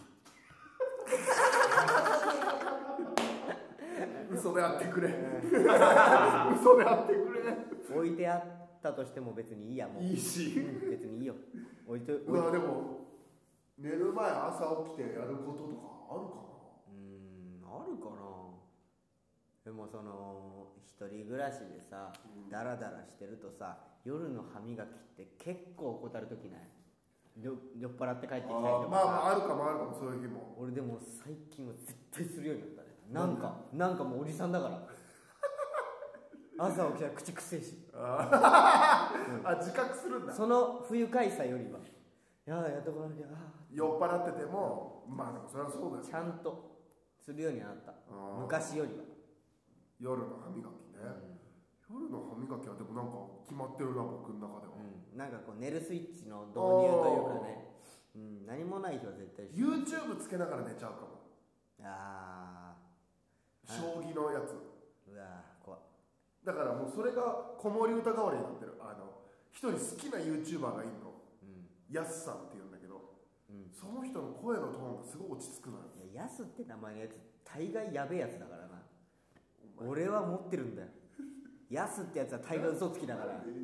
嘘であってくれ嘘であってくれ。 置いてあったとしても別にいいやもういいし、 うん、別にいいよ置いてうわでも寝る前朝起きてやることとかあるかな。 うーんあるかな。でもその一人暮らしでさ、うん、ダラダラしてるとさ夜の歯磨きって結構怠るときない。 酔酔っ払って帰ってきたりあとかまあまああるかもあるかもそういう日も。 俺でも最近は絶対するようになったね。なんかなんかもうおじさんだから朝起きたら口くせえしあ、うん、あ自覚するんだ。 その不愉快さよりは、いややっとこなきゃ、 酔っ払ってても、まあでもそれはそうだよ、ね、 ちゃんとするようになった。昔よりは。 夜の歯磨きね、うん、夜の歯磨きはでもなんか決まってるな僕の中では、うん、 なんかこう寝るスイッチの導入というかね、うん、何もない日は絶対 YouTube つけながら寝ちゃうかも。 ああ将棋のやつ、 うわ怖っ。 だからもうそれが子守歌代わりになってる。あの一人好きな YouTuber がいるの、うん、ヤスさんっていうんだけど、うん、その人の声のトーンがすごい落ち着くのよ。 いやヤスって名前のやつ大概やべえやつだからな。俺は持ってるんだよ。ヤスってやつは大概嘘つきだからい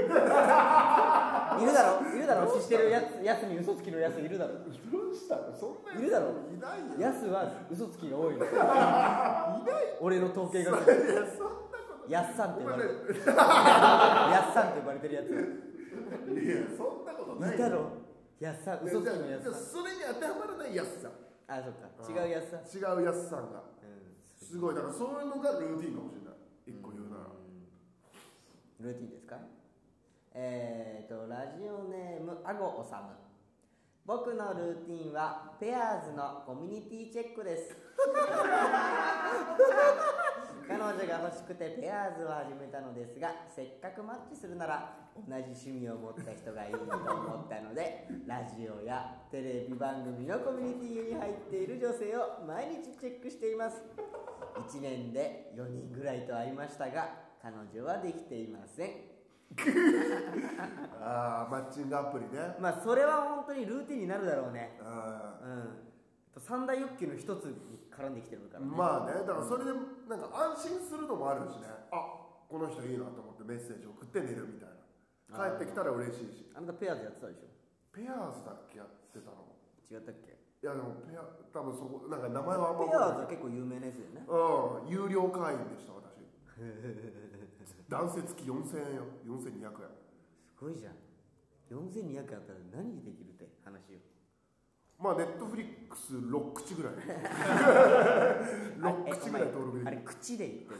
るだろいるだろ知ってるやつ。ヤスに嘘つきのやついるだろ。 どうしたのそんないるだろ。 いないよ。 ヤスは嘘つきが多いの。いない俺の統計が。ヤッサンって呼ばれてる。ヤッサンって呼ばれてるやつ。 いやそんなことない。 いたろ。ヤッサン嘘つきのやつ。 それに当てはまらないヤスさん。 あ、そっか。違うヤスさん。 違うヤスさんが。すごいだからそういうのがルーティンかもしれない。一個言うなら。 ルーティンですか。えーとラジオネームあごおさむ。僕のルーティンはペアーズのコミュニティチェックです。彼女が欲しくてペアーズを始めたのですが、せっかくマッチするなら同じ趣味を持った人がいいと思ったので、ラジオやテレビ番組のコミュニティに入っている女性を毎日チェックしています。いちねんでよにんぐらいと会いましたが、彼女はできていません。 ああマッチングアプリね。 まあそれは本当にルーティンになるだろうね。あうん、三大欲求の一つに絡んできてるからね。 まあね、だからそれでなんか安心するのもあるしね。あこの人いいなと思ってメッセージ送って寝るみたいな。帰ってきたら嬉しいし。 あなたペアーズやってたでしょ。 ペアーズだっけやってたの。 違ったっけ。 いやでもペア多分そこなんか名前はあんまペアーズは結構有名なやつだよね。 うん有料会員でした私。男性付きよんせんえんよ。よんせんにひゃくえん。 すごいじゃん。よんせんにひゃくえんあったら何できるって話よ。 まあネットフリックスろく口ぐらいろく口ぐらい登録できる。 あれ口で言ってる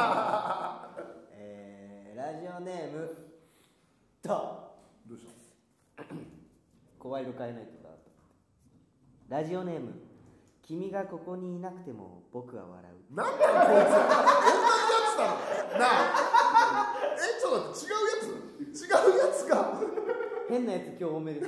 えー、ラジオネームとどうした声色変えないとだ。ラジオネーム君がここにいなくても僕は笑う。 なんだよこいつ同じやつだろなあえちょっと待って違うやつ違うやつか変なやつ今日多めです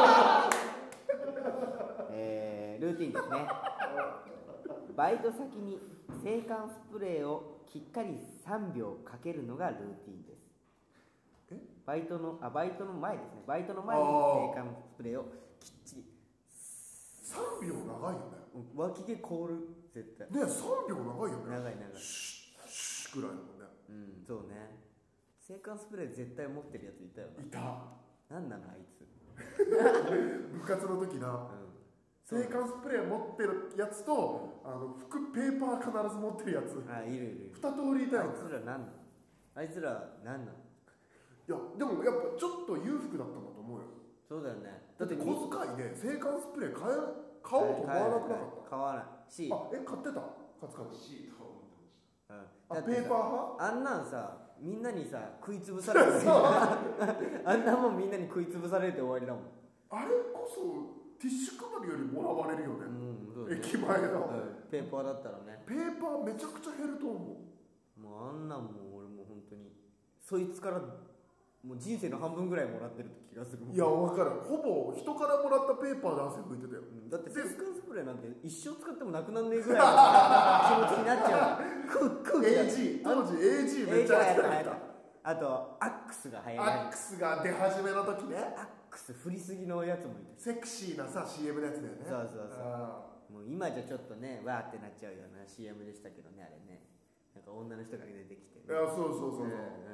えー、ルーティンですね。バイト先に制汗スプレーをきっかりさんびょうかけるのがルーティンです。 えバイトのあバイトの前ですね。バイトの前に制汗スプレーをきっちりさんびょう長いよね。 脇毛凍る絶対ねさんびょう長いよね。 長い長いシュッシュッぐらいだもんね。 うんそうね。制汗スプレー絶対持ってるやついたよね。 いた。 なんなのあいつ部活の時な、うん制汗スプレー持ってるやつとあの服ペーパー必ず持ってるやつ。 あいるいる。 二通りいたよね。 あいつらなんなのあいつらなんなの。 いやでもやっぱちょっと裕福だったんだと思うよ。 そうだよね。 だって小遣いで制汗スプレー買え買おうと思わなくなかった。 買わないし。 あえ買ってたカツカツ。 シートを持ってました。 うん、 あペーパー派。 あんなんさみんなにさ食いつぶされるあんなもんみんなに食いつぶされて終わりだもん。 あれこそティッシュ配りよりもらわれるよね。うんそうね、駅前の、 うん、ペーパーだったらね。 ペーパーめちゃくちゃ減ると思う。 もうあんなんもう俺もう本当にそいつからもう人生の半分ぐらいもらってる気がする。 いや分かる。ほぼ人からもらったペーパーで汗拭いてたよ、うん、 だって制汗スプレーなんて一生使ってもなくなんねえぐらいの気持ちになっちゃう空気エージー 当時 エージー めっちゃやってた。 あとアックスが流行りアックスが出始めの時ね。 アックス振りすぎのやつもいてセクシーなさ シーエム のやつだよね。 そうそうそうもう今じゃちょっとねわーってなっちゃうような シーエム でしたけどね。あれねなんか女の人が出てきて、ね、 いやそうそうそうそう、 うんうん、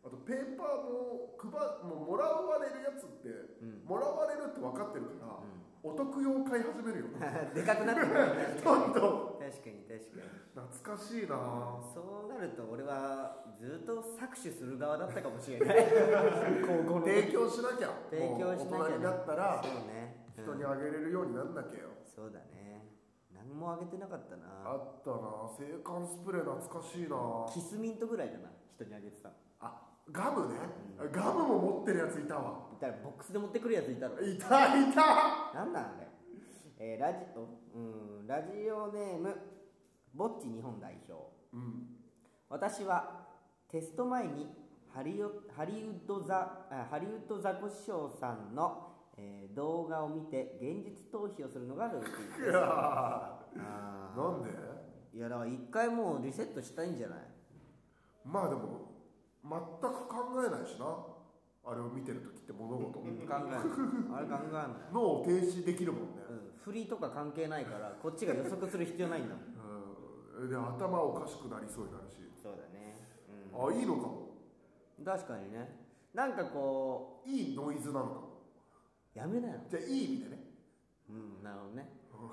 あとペーパーも配もうもらわれるやつって、うん、もらわれるって分かってるから、うん、お得用買い始めるよでかくなってくるどんどん確かに確かに懐かしいな、 うん、そうなると俺はずっと搾取する側だったかもしれない提供しなきゃ提供しなきゃ、ね、 大人になったらそうね、 人にあげれるようになんなきゃよ、 そうだね、何もあげてなかったな。 あったな、制汗スプレー懐かしいな。 キスミントぐらいだな、人にあげてた。 あ、ガムね、うん、ガムも持ってるやついたわ。 いたらボックスで持ってくるやついたろ。 いたいた。 なんなんあれ、えー、ラジオ、うん、ラジオネームぼっち日本代表、うん、私はテスト前にハリウハリウッドザハリウッドザコシショウさんのえー、動画を見て現実逃避をするのがルーティンです。いやあなんで？ いやだから一回もうリセットしたいんじゃない？ まあでも全く考えないしな、あれを見てる時って物事、うん、 考えないあれ考えない脳を停止できるもんね、 うん、振りとか関係ないからこっちが予測する必要ないんだもん、うん、で頭おかしくなりそうになるし、 そうだね、 うん、あいいのかも、 確かにね、なんかこういいノイズなのかも、 やめなよ。 じゃあいい意味でね。 うん、なるほどね。うん、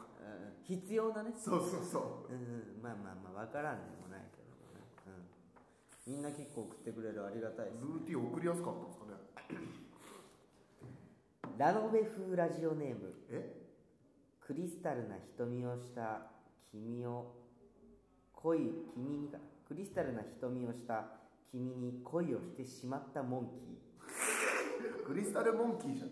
必要だね。 そうそうそう。 うんうん、まあまあまあ分からんでもないけどね。うん。みんな結構送ってくれる、ありがたいです、ね。 ルーティン送りやすかったんですかね。 ラノベ風ラジオネーム。 え？ クリスタルな瞳をした君を恋君にかな。クリスタルな瞳をした君に恋をしてしまったモンキー。 クリスタルモンキーじゃん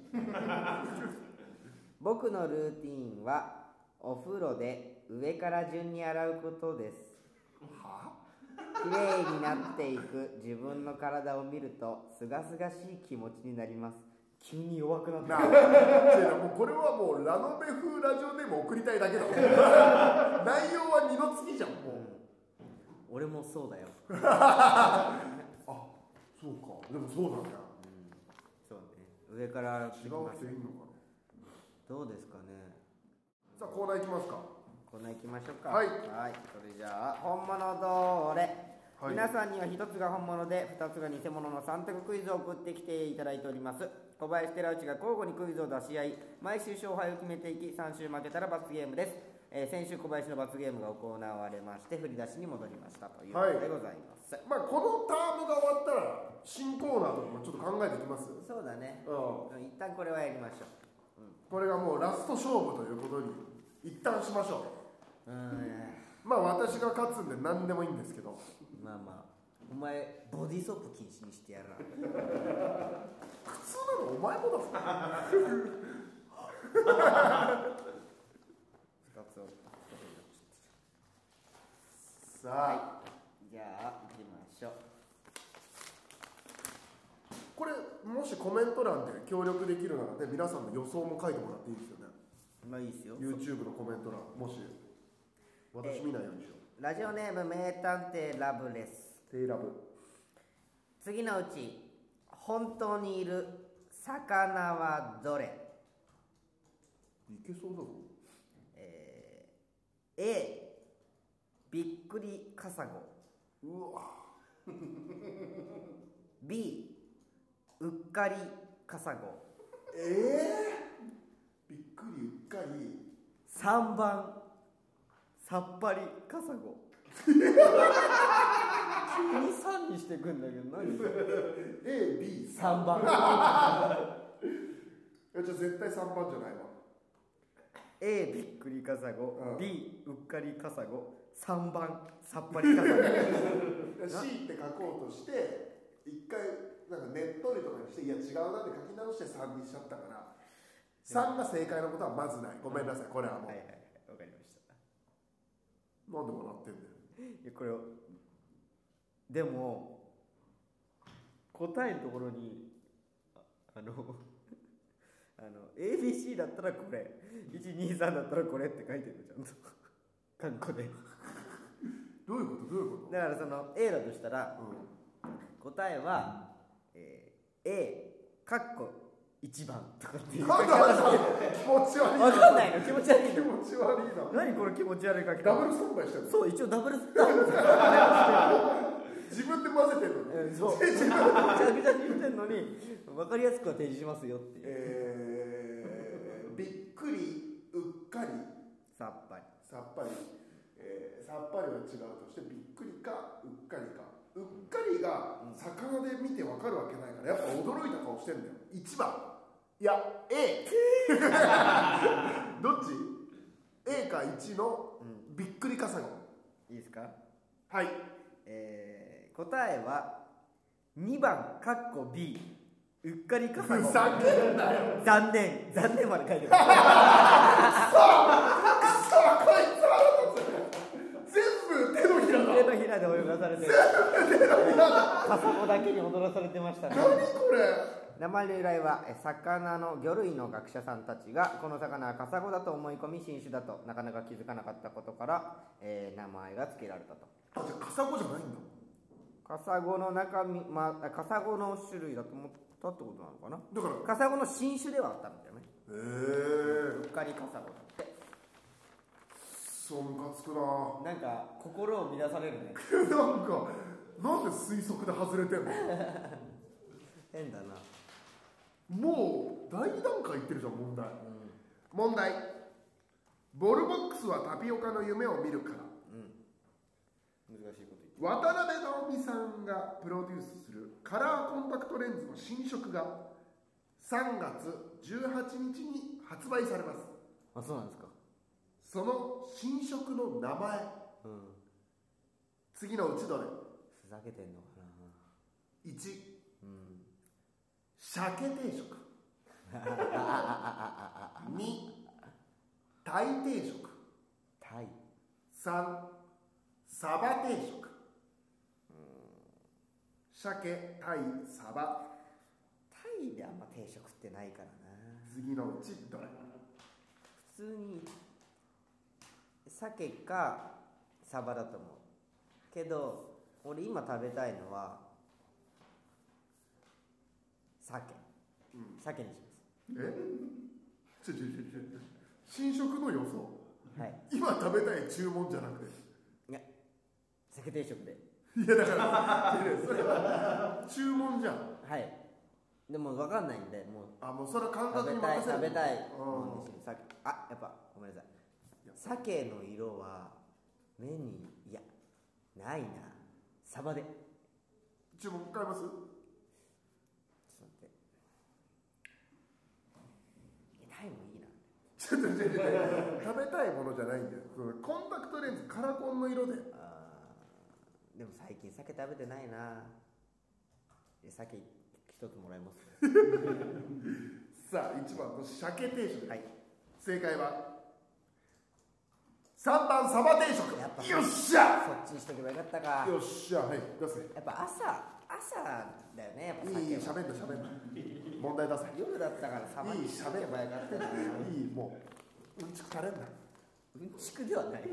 僕のルーティンはお風呂で上から順に洗うことです。 は綺麗になっていく自分の体を見るとすがすがしい気持ちになります。急に弱くなったなあもうこれはもうラノベ風ラジオネーム送りたいだけだ内容は二の次じゃんもう、うん、 俺もそうだよあ、そうか、でもそうなんだ、 上から違う人いるのかな。 どうですかね。 さあコーナー行きますか。 コーナー行きましょうか。 はい、 はい、それじゃあ本物どれ、はい、皆さんにはひとつが本物でふたつが偽物のさん択クイズを送ってきていただいております。小林寺内が交互にクイズを出し合い、毎週勝敗を決めていき、さん週負けたら罰ゲームです。えー、先週小林の罰ゲームが行われまして振り出しに戻りましたということでございます、はい、 まあ、このタームが終わったら新コーナーとかもちょっと考えていきます。 そうだね、うん、一旦これはやりましょう、うん、 これがもうラスト勝負ということに一旦しましょう。うん、まあ私が勝つんで何でもいいんですけど、 まあまあお前ボディーソープ禁止にしてやるな普通なのお前もだぞさあ、 はい、じゃあ行きましょう。 これもしコメント欄で協力できるならね、皆さんの予想も書いてもらっていいですよね。 まあいいですよ。 YouTube のコメント欄、もし私見ないようにしよう。 ラジオネーム名探偵ラブレス。 テイラブ。 次のうち本当にいる魚はどれ？ いけそうだぞ。 えー、A びっくりカサゴ。 うわ B うっかりカサゴ。 えー、びっくりうっかり。 さんばんさっぱりカサゴ。急にさんにしてくんだけど何それ A、B、 さんばんじゃあ絶対さんばんじゃないわ。 A びっくりカサゴ、うん、B うっかりカサゴ、さんばんさっぱりカサゴ C って書こうとして一回なんかねっとりとかにして、いや違うなって書き直してさんにしちゃったから、さんが正解のことはまずない。ごめんなさい、これはもう。 はいはいはい、わかりました。 なんで笑ってんだよ。 いやこれでも答えのところにああのあの エービーシー だったらこれ、いちにさんだったらこれって書いてるちゃんとカンコで。 どういうことどういうこと？ だからその A だとしたら、うん、答えは、えー、A かっこいちばんとかっていう書き方して気持ち悪い。 わかんないの、気持ち悪いの。 気持ち悪いな。 何これ気持ち悪い書き方。 ダブルスタンバイしてる。 そう、一応ダブルスタンバイ自分で混ぜてるのに、 うん、そうめちゃくちゃにしてんのに分かりやすくは提示しますよっていう、 えー、びっくり、うっかり、 さっぱりさっぱり、えー、さっぱりは違うとして、びっくりかうっかりか。うっかりが魚で見て分かるわけないから、やっぱ驚いた顔してんだよ。いちばん、いや A どっち A かいちのびっくりカサゴ。 いいですか。 はい、 えー、答えはにばんかっこ B うっかりカサゴ。 ふざけんなよ。 残念残念まで書いてます。 くそこいつ腹立つ。全部手のひらだ。 手のひらで泳がされてる。カサゴだけに踊らされてましたね。 何これ。 名前の由来はえ魚の魚類の学者さんたちがこの魚はカサゴだと思い込み新種だとなかなか気づかなかったことから、えー名前が付けられたと。 あ、じゃあカサゴじゃないんだ。 カサゴの中身、まあ、カサゴの種類だと思ったってことなのかな。 だからカサゴの新種ではあったんだよね。 へえうっかりカサゴだって。 そうムカつくな。 なんか心を乱されるね。 なんかなんで推測で外れてんの。 変だな。 もう大段階いってるじゃん。問題、 うん問題。ボルボックスはタピオカの夢を見るから。 うん、難しいこと言って渡辺直美さんがプロデュースするカラーコンタクトレンズの新色がさんがつじゅうはちにちに発売されます。 あ、そうなんですか。 その新色の名前、 うん、 次のうちどれ。 ふざけてんのかな。 いち、 うん、 鮭定食。に、タイ定食。 タイ。 さん、サバ定食。鮭、タイ、サバ。 タイであんま定食ってないからな。 次のうちどれ。 普通に鮭かサバだと思うけど、俺今食べたいのは鮭、うん、鮭にします。 えちょちょちょちょ新食の予想。 はい、 今食べたい注文じゃなくて。 いや鮭定食で。 いやだからそれは注文じゃん。 はい、でも分かんないんで、もうあ、もうそれは感覚食べたいに任せる。 食べたいうん鮭。あ、やっぱごめんなさい、鮭の色は目に、いやないな、サバで。 注文変えます。 ちょっと待って、タイもいいな。 ちょっとちょっと食べたいものじゃないんだよ。そのコンタクトレンズカラコンの色で。 あー、でも最近鮭食べてないな。鮭一つもらえます。 さあいちばんの鮭定食、 はい、 正解はさんばんサバ定食。 やっぱよっしゃ。 そっちにしとけばよかったか。 よっしゃ、はい、出せ。 やっぱ朝朝だよね、やっぱいい、 鮭は。 しゃべんなしゃべんな。問題出せ。 夜だったからサバにしとけばよかったな。 いい、もううんちく垂れんな。 うんちくではない。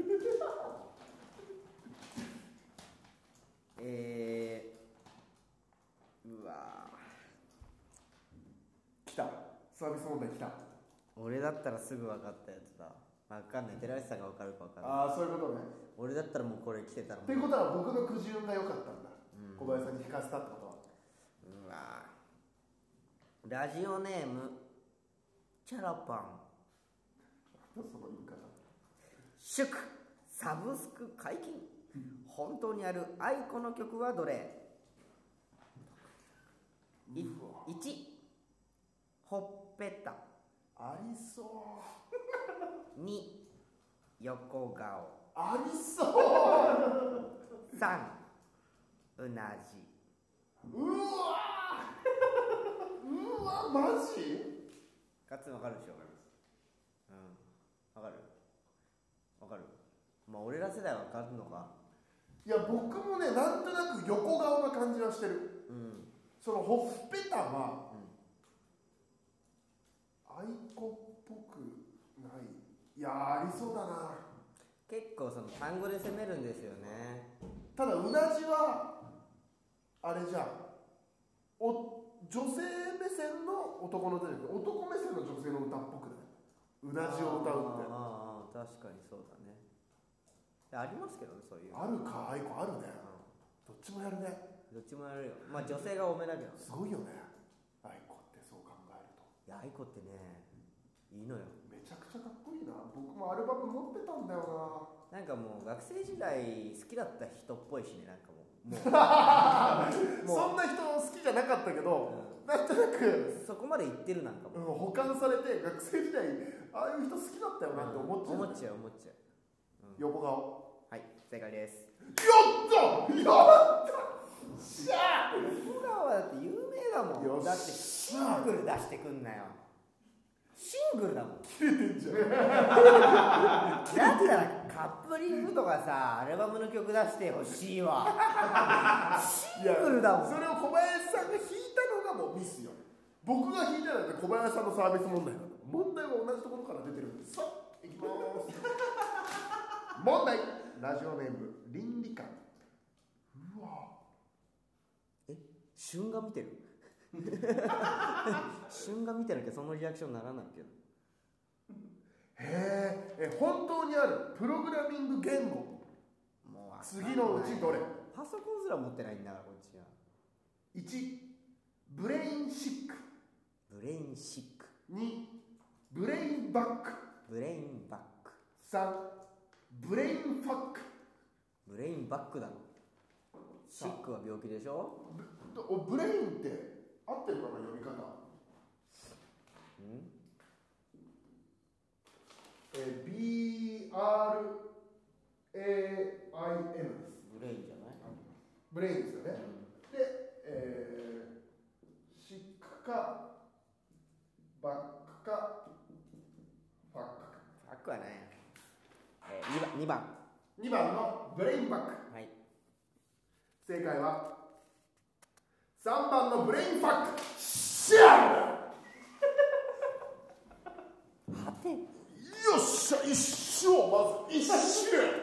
えー、うわ来た。サービス問題来た。 俺だったらすぐ分かったやつだ。分かんない、寺内さんが分かるか分かんない。 ああ、そういうことね。 俺だったらもうこれ来てたらもう。 ってことは僕のくじ運が良かったんだ、 うん、 小林さんに引かせたってことは。 うわラジオネームチャラパン。 その言い方。 祝サブスク解禁。本当にある愛子の曲はどれ。いち、ほっぺた。 ありそう。 に、横顔。 ありそう。 さん、うなじ。 うわうわマジ。 カツン分かるでしょ。うん、分かる分かる。まあ俺ら世代は分かるのか。 いや僕もね、なんとなく横顔な感じはしてる。うん、そのほっぺたは、うん、愛子っぽくない。いやありそうだな。 結構その単語で攻めるんですよね。 ただうなじはあれじゃん、お女性目線の男の歌じゃなくて男目線の女性の歌っぽくない。うなじを歌うって。 ああ確かにそうだね。ありますけどね、そういう。 あるか、愛子あるね。 どっちもやるね。 どっちもやるよ。まあ女性が多めだけど。 すごいよね、アイコってそう考えると。 いや、アイコってね、いいのよ。 めちゃくちゃかっこいいな。僕もアルバム持ってたんだよな。なんかもう学生時代好きだった人っぽいしね、なんかもう。もうそんな人好きじゃなかったけど、うん、なんとなくそこまで言ってるなんかも、 うん、保管されて学生時代ああいう人好きだったよなって思っちゃう、 うん、思っちゃう思っちゃう、 うん、横顔。 はい、正解です。 やったやったしゃー。 横顔はだって有名だもん。だってシングル出してくんなよ。シングルだもん。 切れてんじゃん。 だったらカップリングとかさ、アルバムの曲出してほしいわ。シングルだもん。 それを小林さんが弾いたのがもうミスよ。僕が弾いたのって小林さんのサービス問題なの。問題は同じところから出てるんです。さあ、いきまーす。問題。ラジオネーム倫理観。うわ。 え、春画見てる？春画見てなきゃそのリアクションにならないけど。 へえ、本当にあるプログラミング言語。もう次のうちどれ？ パソコンすら持ってないんだからこっちは。 いち、ブレインシック。 ブレインシック。 に、ブレインバック。 ブレインバック。 さん、ブレインファック。 ブレインバックだろ。シックは病気でしょ。 ブ、ブレインって合ってるかな、読み方。 んえー、ビーアールエーアイエム です。 ブレインじゃない？ ブレインですよね。うん、で、えー、シックかバックかファックか。 ファックはね、えー、にばんにばんにばんのブレインバック。 はい。 正解はさんばんのブレインファック。シャー。 はて。 よっしゃ、一生まず一周。よ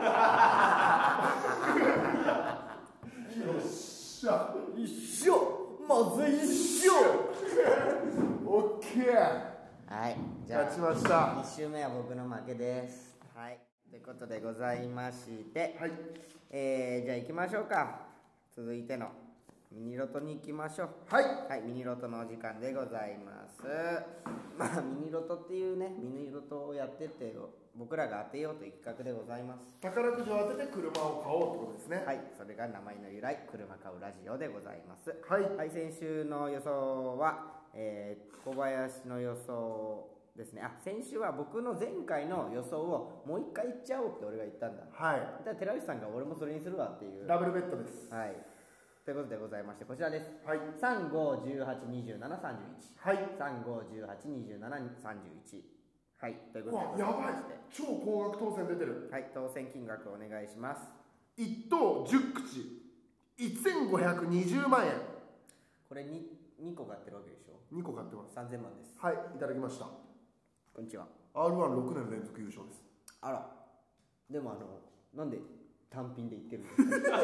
っしゃ、 一生まず一生。 オッケー。 はい、じゃあ勝ちました。 いち周目は僕の負けです。はい、ということでございまして、 はい、 えー、じゃあ行きましょうか。続いてのミニロトに行きましょう。 はい、 はい、ミニロトのお時間でございます。まあミニロトっていうね、ミニロトをやってって僕らが当てようという企画でございます。 宝くじを当てて車を買おうってことですね。 はい、それが名前の由来、車買うラジオでございます。 はい、 はい、先週の予想は、えー、小林の予想ですね。あ、先週は僕の前回の予想をもう一回言っちゃおうって俺が言ったんだ。 はい。 だから寺内さんが俺もそれにするわっていう。 ダブルベッドです。 はい。ということでございまして、こちらです。 はい。 さん、ご、じゅうはち、にじゅうなな、さんじゅういち。 はい。 さん、ご、じゅうはち、にじゅうなな、さんじゅういち。はい。ということでございわ、やばいまして。 超高額当選出てる。 はい。当選金額お願いします。 いっ等じゅっくち。せんごひゃくにじゅうまんえん。 これ 2, 2個買ってるわけでしょ。 にこ買ってます。 さんぜんまんです。 はい、いただきました。 こんにちは。 アールワンろく 年連続優勝です。 あら。でもあの、なんで単品で言ってるんですか。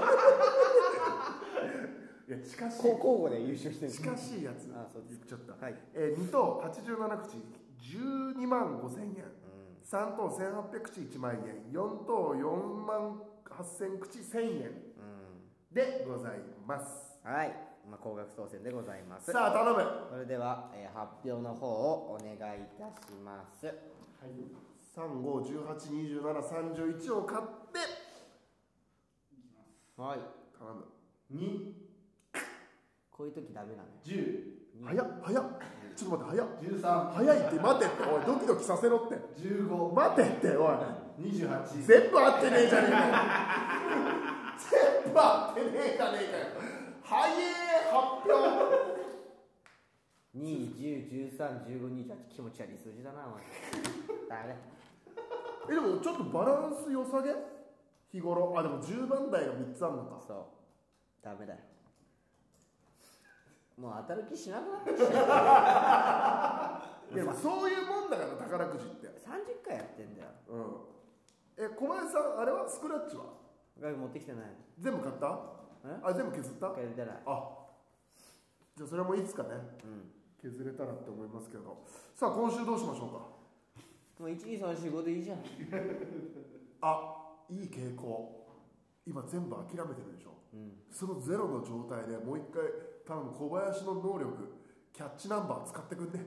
いや、近しい。 交互で優勝してる。 近しいやつ。 あ、そうです。 言っちゃった。 はい。 えー、に等はちじゅうななくちじゅうにまんごせんえん。うん、さん等せんはっぴゃくくちいちまんえん。よん等よんまんはっせんくちせんえん。うん。でございます。 はい。まあ、高額当選でございます。 さあ、頼む。 それでは、えー、発表の方をお願いいたします。はい。 さん、ご、じゅうはち、にじゅうなな、さんじゅういちを買って。 はい。 頼む。に。 こういう時ダメなの。 じゅう。早っ、早っ。ちょっと待って、早っ。 じゅうさん。 早いって、待てって。おい、ドキドキさせろって。 じゅうご。 待てって、おい。 にじゅうはち。 全部合ってねえじゃねえかよ。全部合ってねえじゃねえかよ。早え発表。 に、じゅう、じゅうさん、じゅうご、にじゅうはち。気持ち悪い数字だな、お前。ダメ。 え、でもちょっとバランス良さげ日頃。あ、でもじゅうばん台がみっつあるのか。 そう。ダメだよ。もう当たる気しなくなってきた。 いや、そういうもんだから宝くじって。 さんじゅっかいやってんだよ。 うん。え、小林さん、あれはスクラッチは持ってきてない。 全部買った？ え？ あ、全部削った？ 削ってない。 あ、じゃあそれもいつかね、うん、削れたらって思いますけど。さあ、今週どうしましょうか。 もういち、に、さん、よん、ごでいいじゃん。 あ、いい傾向。 今全部諦めてるでしょ、 うん、 そのゼロの状態でもう一回頼む小林の能力キャッチナンバー使ってくんね。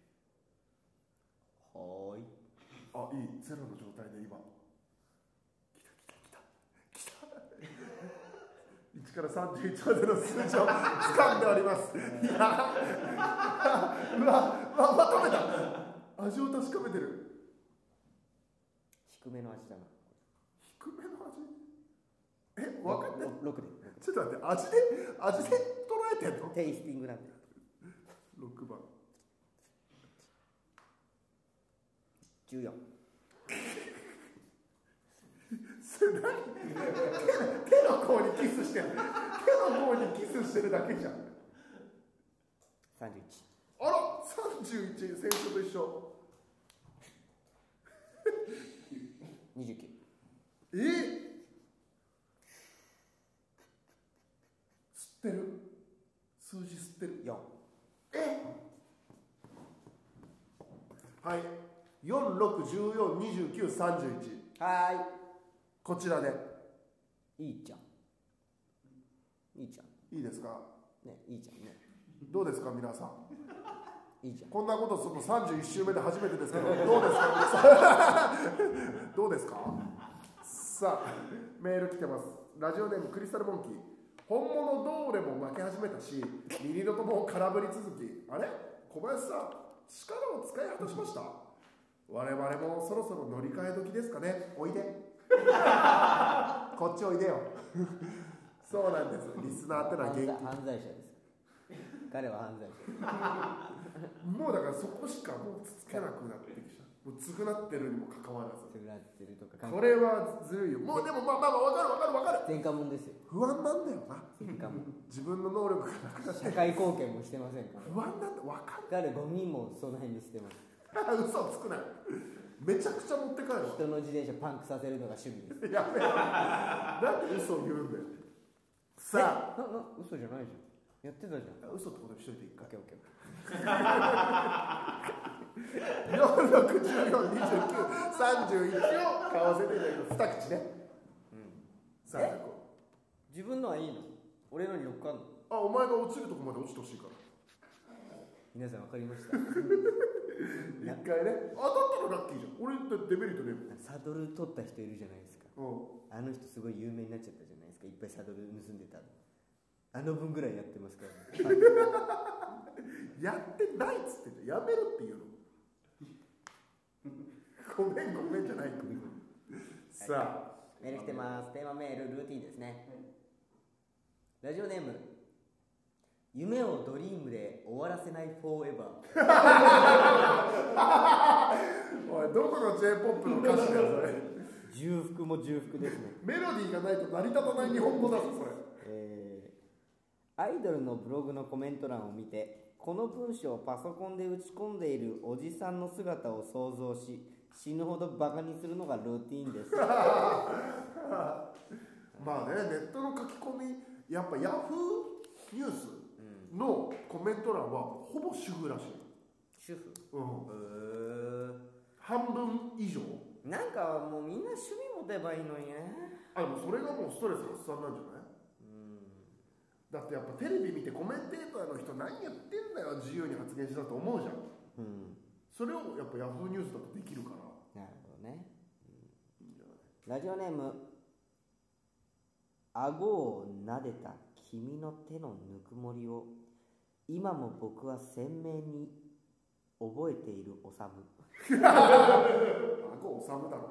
はーい。 あ、いい、ゼロの状態で今来た来た来た来たいちからさんじゅういちまでの数字を掴んでおります。いやうわうわまとめた。味を確かめてる。 低めの味だな。 低めの味。え、分かってる。 ろくで。 ちょっと待って、味で味で捉えてんの。 テイスティングなんで。 ろくばん。 じゅうよん。 それ何？手, 手の甲にキスしてる。手の甲にキスしてるだけじゃん。 さんじゅういち。 あら、さんじゅういち、先週と一緒。 にじゅうきゅう。 え吸ってる。数字吸ってる。 よん。 えはい。よん、ろく、じゅうよん、にじゅうきゅう、さんじゅういち。 はーい。 こちらで。 いいじゃん。いいじゃん。 いいですか。 ね、いいじゃんね。 どうですか、皆さん。 いいじゃん。 こんなことするのさんじゅういち週目で初めてですけど、どうですか。どうですか。さあ、メール来てます。ラジオネームクリスタルモンキー。本物どれも負け始めたし、ミニドトも空振り続き。あれ、小林さん、力を使い果たしました。我々もそろそろ乗り換え時ですかね。おいで。こっちおいでよ。そうなんです。リスナーってのは元気。 犯罪者です。彼は犯罪者。 もうだからそこしかもうつつけなくなってきちゃう。もう償ってるにもかかわらず。 償ってるとか。 これはずるいよ。もうでもまあまあまあ分かる分かる分かる。 前科者ですよ。 不安なんだよな。 前科者。 自分の能力がなくなって。 社会貢献もしてませんから。 不安なんだ分かる。 彼ゴミもその辺に捨てます。 嘘をつくなよ。めちゃくちゃ持って帰るわ。 人の自転車パンクさせるのが趣味です。 やめろ。なんで嘘を言うんだよ。さあ。 なな嘘じゃないじゃん。やってたじゃん。 嘘ってことにしといていいか。 オッケーオッケー。 よん、ろく、じゅうよん、にじゅうきゅう、さんじゅういちを買わせていただきます。二口ね。うん。さあ、こう。自分のはいいの？俺のにろっかんの？ あ、お前が落ちるとこまで落ちてほしいから。 皆さん分かりました。 一回ね。当たったらラッキーじゃん。俺だってデメリットね。 サドル取った人いるじゃないですか。 うん。 あの人すごい有名になっちゃったじゃないですか。いっぱいサドル盗んでたの。あの分ぐらいやってますから、ね、 やってないっつってんじゃん。やめろって言うの。ごめんごめんじゃない。さあ、 メール来てます。テーマメールルーティンですね。ラジオネーム、夢をドリームで終わらせないフォーエバー。おい、どこの J-ポップ の歌詞だよそれ。 重複も重複ですね。 メロディーがないと成り立たない日本語だぞそれ。 えー、アイドルのブログのコメント欄を見て、この文章をパソコンで打ち込んでいるおじさんの姿を想像し、死ぬほどバカにするのがルーティーンです。 まあね、ネットの書き込み、やっぱヤフーニュースのコメント欄はほぼ主婦らしい。 主婦？ うん。 へー。 半分以上。 なんかもうみんな趣味持てばいいのにね。 あ、でもそれがもうストレス発散なんじゃない？うん。だってやっぱテレビ見てコメンテーターの人何やってんだよ、自由に発言したと思うじゃん。うん。それをやっぱヤフーニュースだとできるから。 なるほどね。うん、いいんじゃない？ラジオネーム、顎を撫でた君の手のぬくもりを今も僕は鮮明に覚えているおさむ。 顎おさむだろ。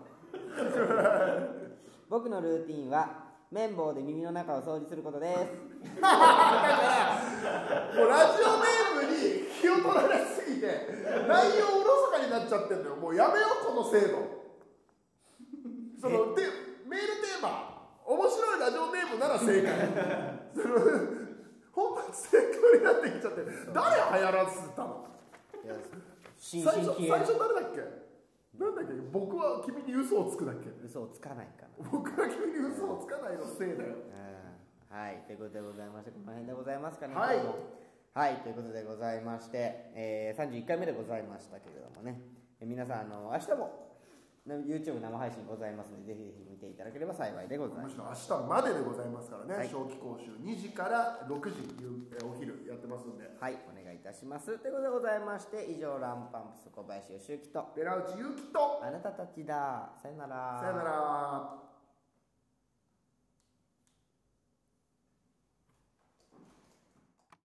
僕のルーティンは綿棒で耳の中を掃除することです。 だからもうラジオネームに気を取られすぎて内容おろそかになっちゃってんだよ。もうやめようこの制度。そのでメールテーマ面白いラジオネームなら正解。その本末転倒になってきちゃって誰流行らせたの？最初最初誰だっけ？なんだっけ？僕は君に嘘をつくだっけ？ 嘘をつかないかな。 僕は君に嘘をつかないのせいだよ。 うん、はい、ということでございまして、この辺でございますかね。 はい。 はい、ということでございまして、えー、さんじゅういっかいめでございましたけれどもね、えー、皆さんあの明日も YouTube 生配信ございますので、ぜひぜひ見ていただければ幸いでございます。 むしろ明日まででございますからね、 はい、 小規講習にじからろくじお昼やってますんで、 はい、お願いいたします。ということでございまして、以上ランパンプス小林義之と寺内ゆきと、 あなたたちだ。さよなら。 さよなら。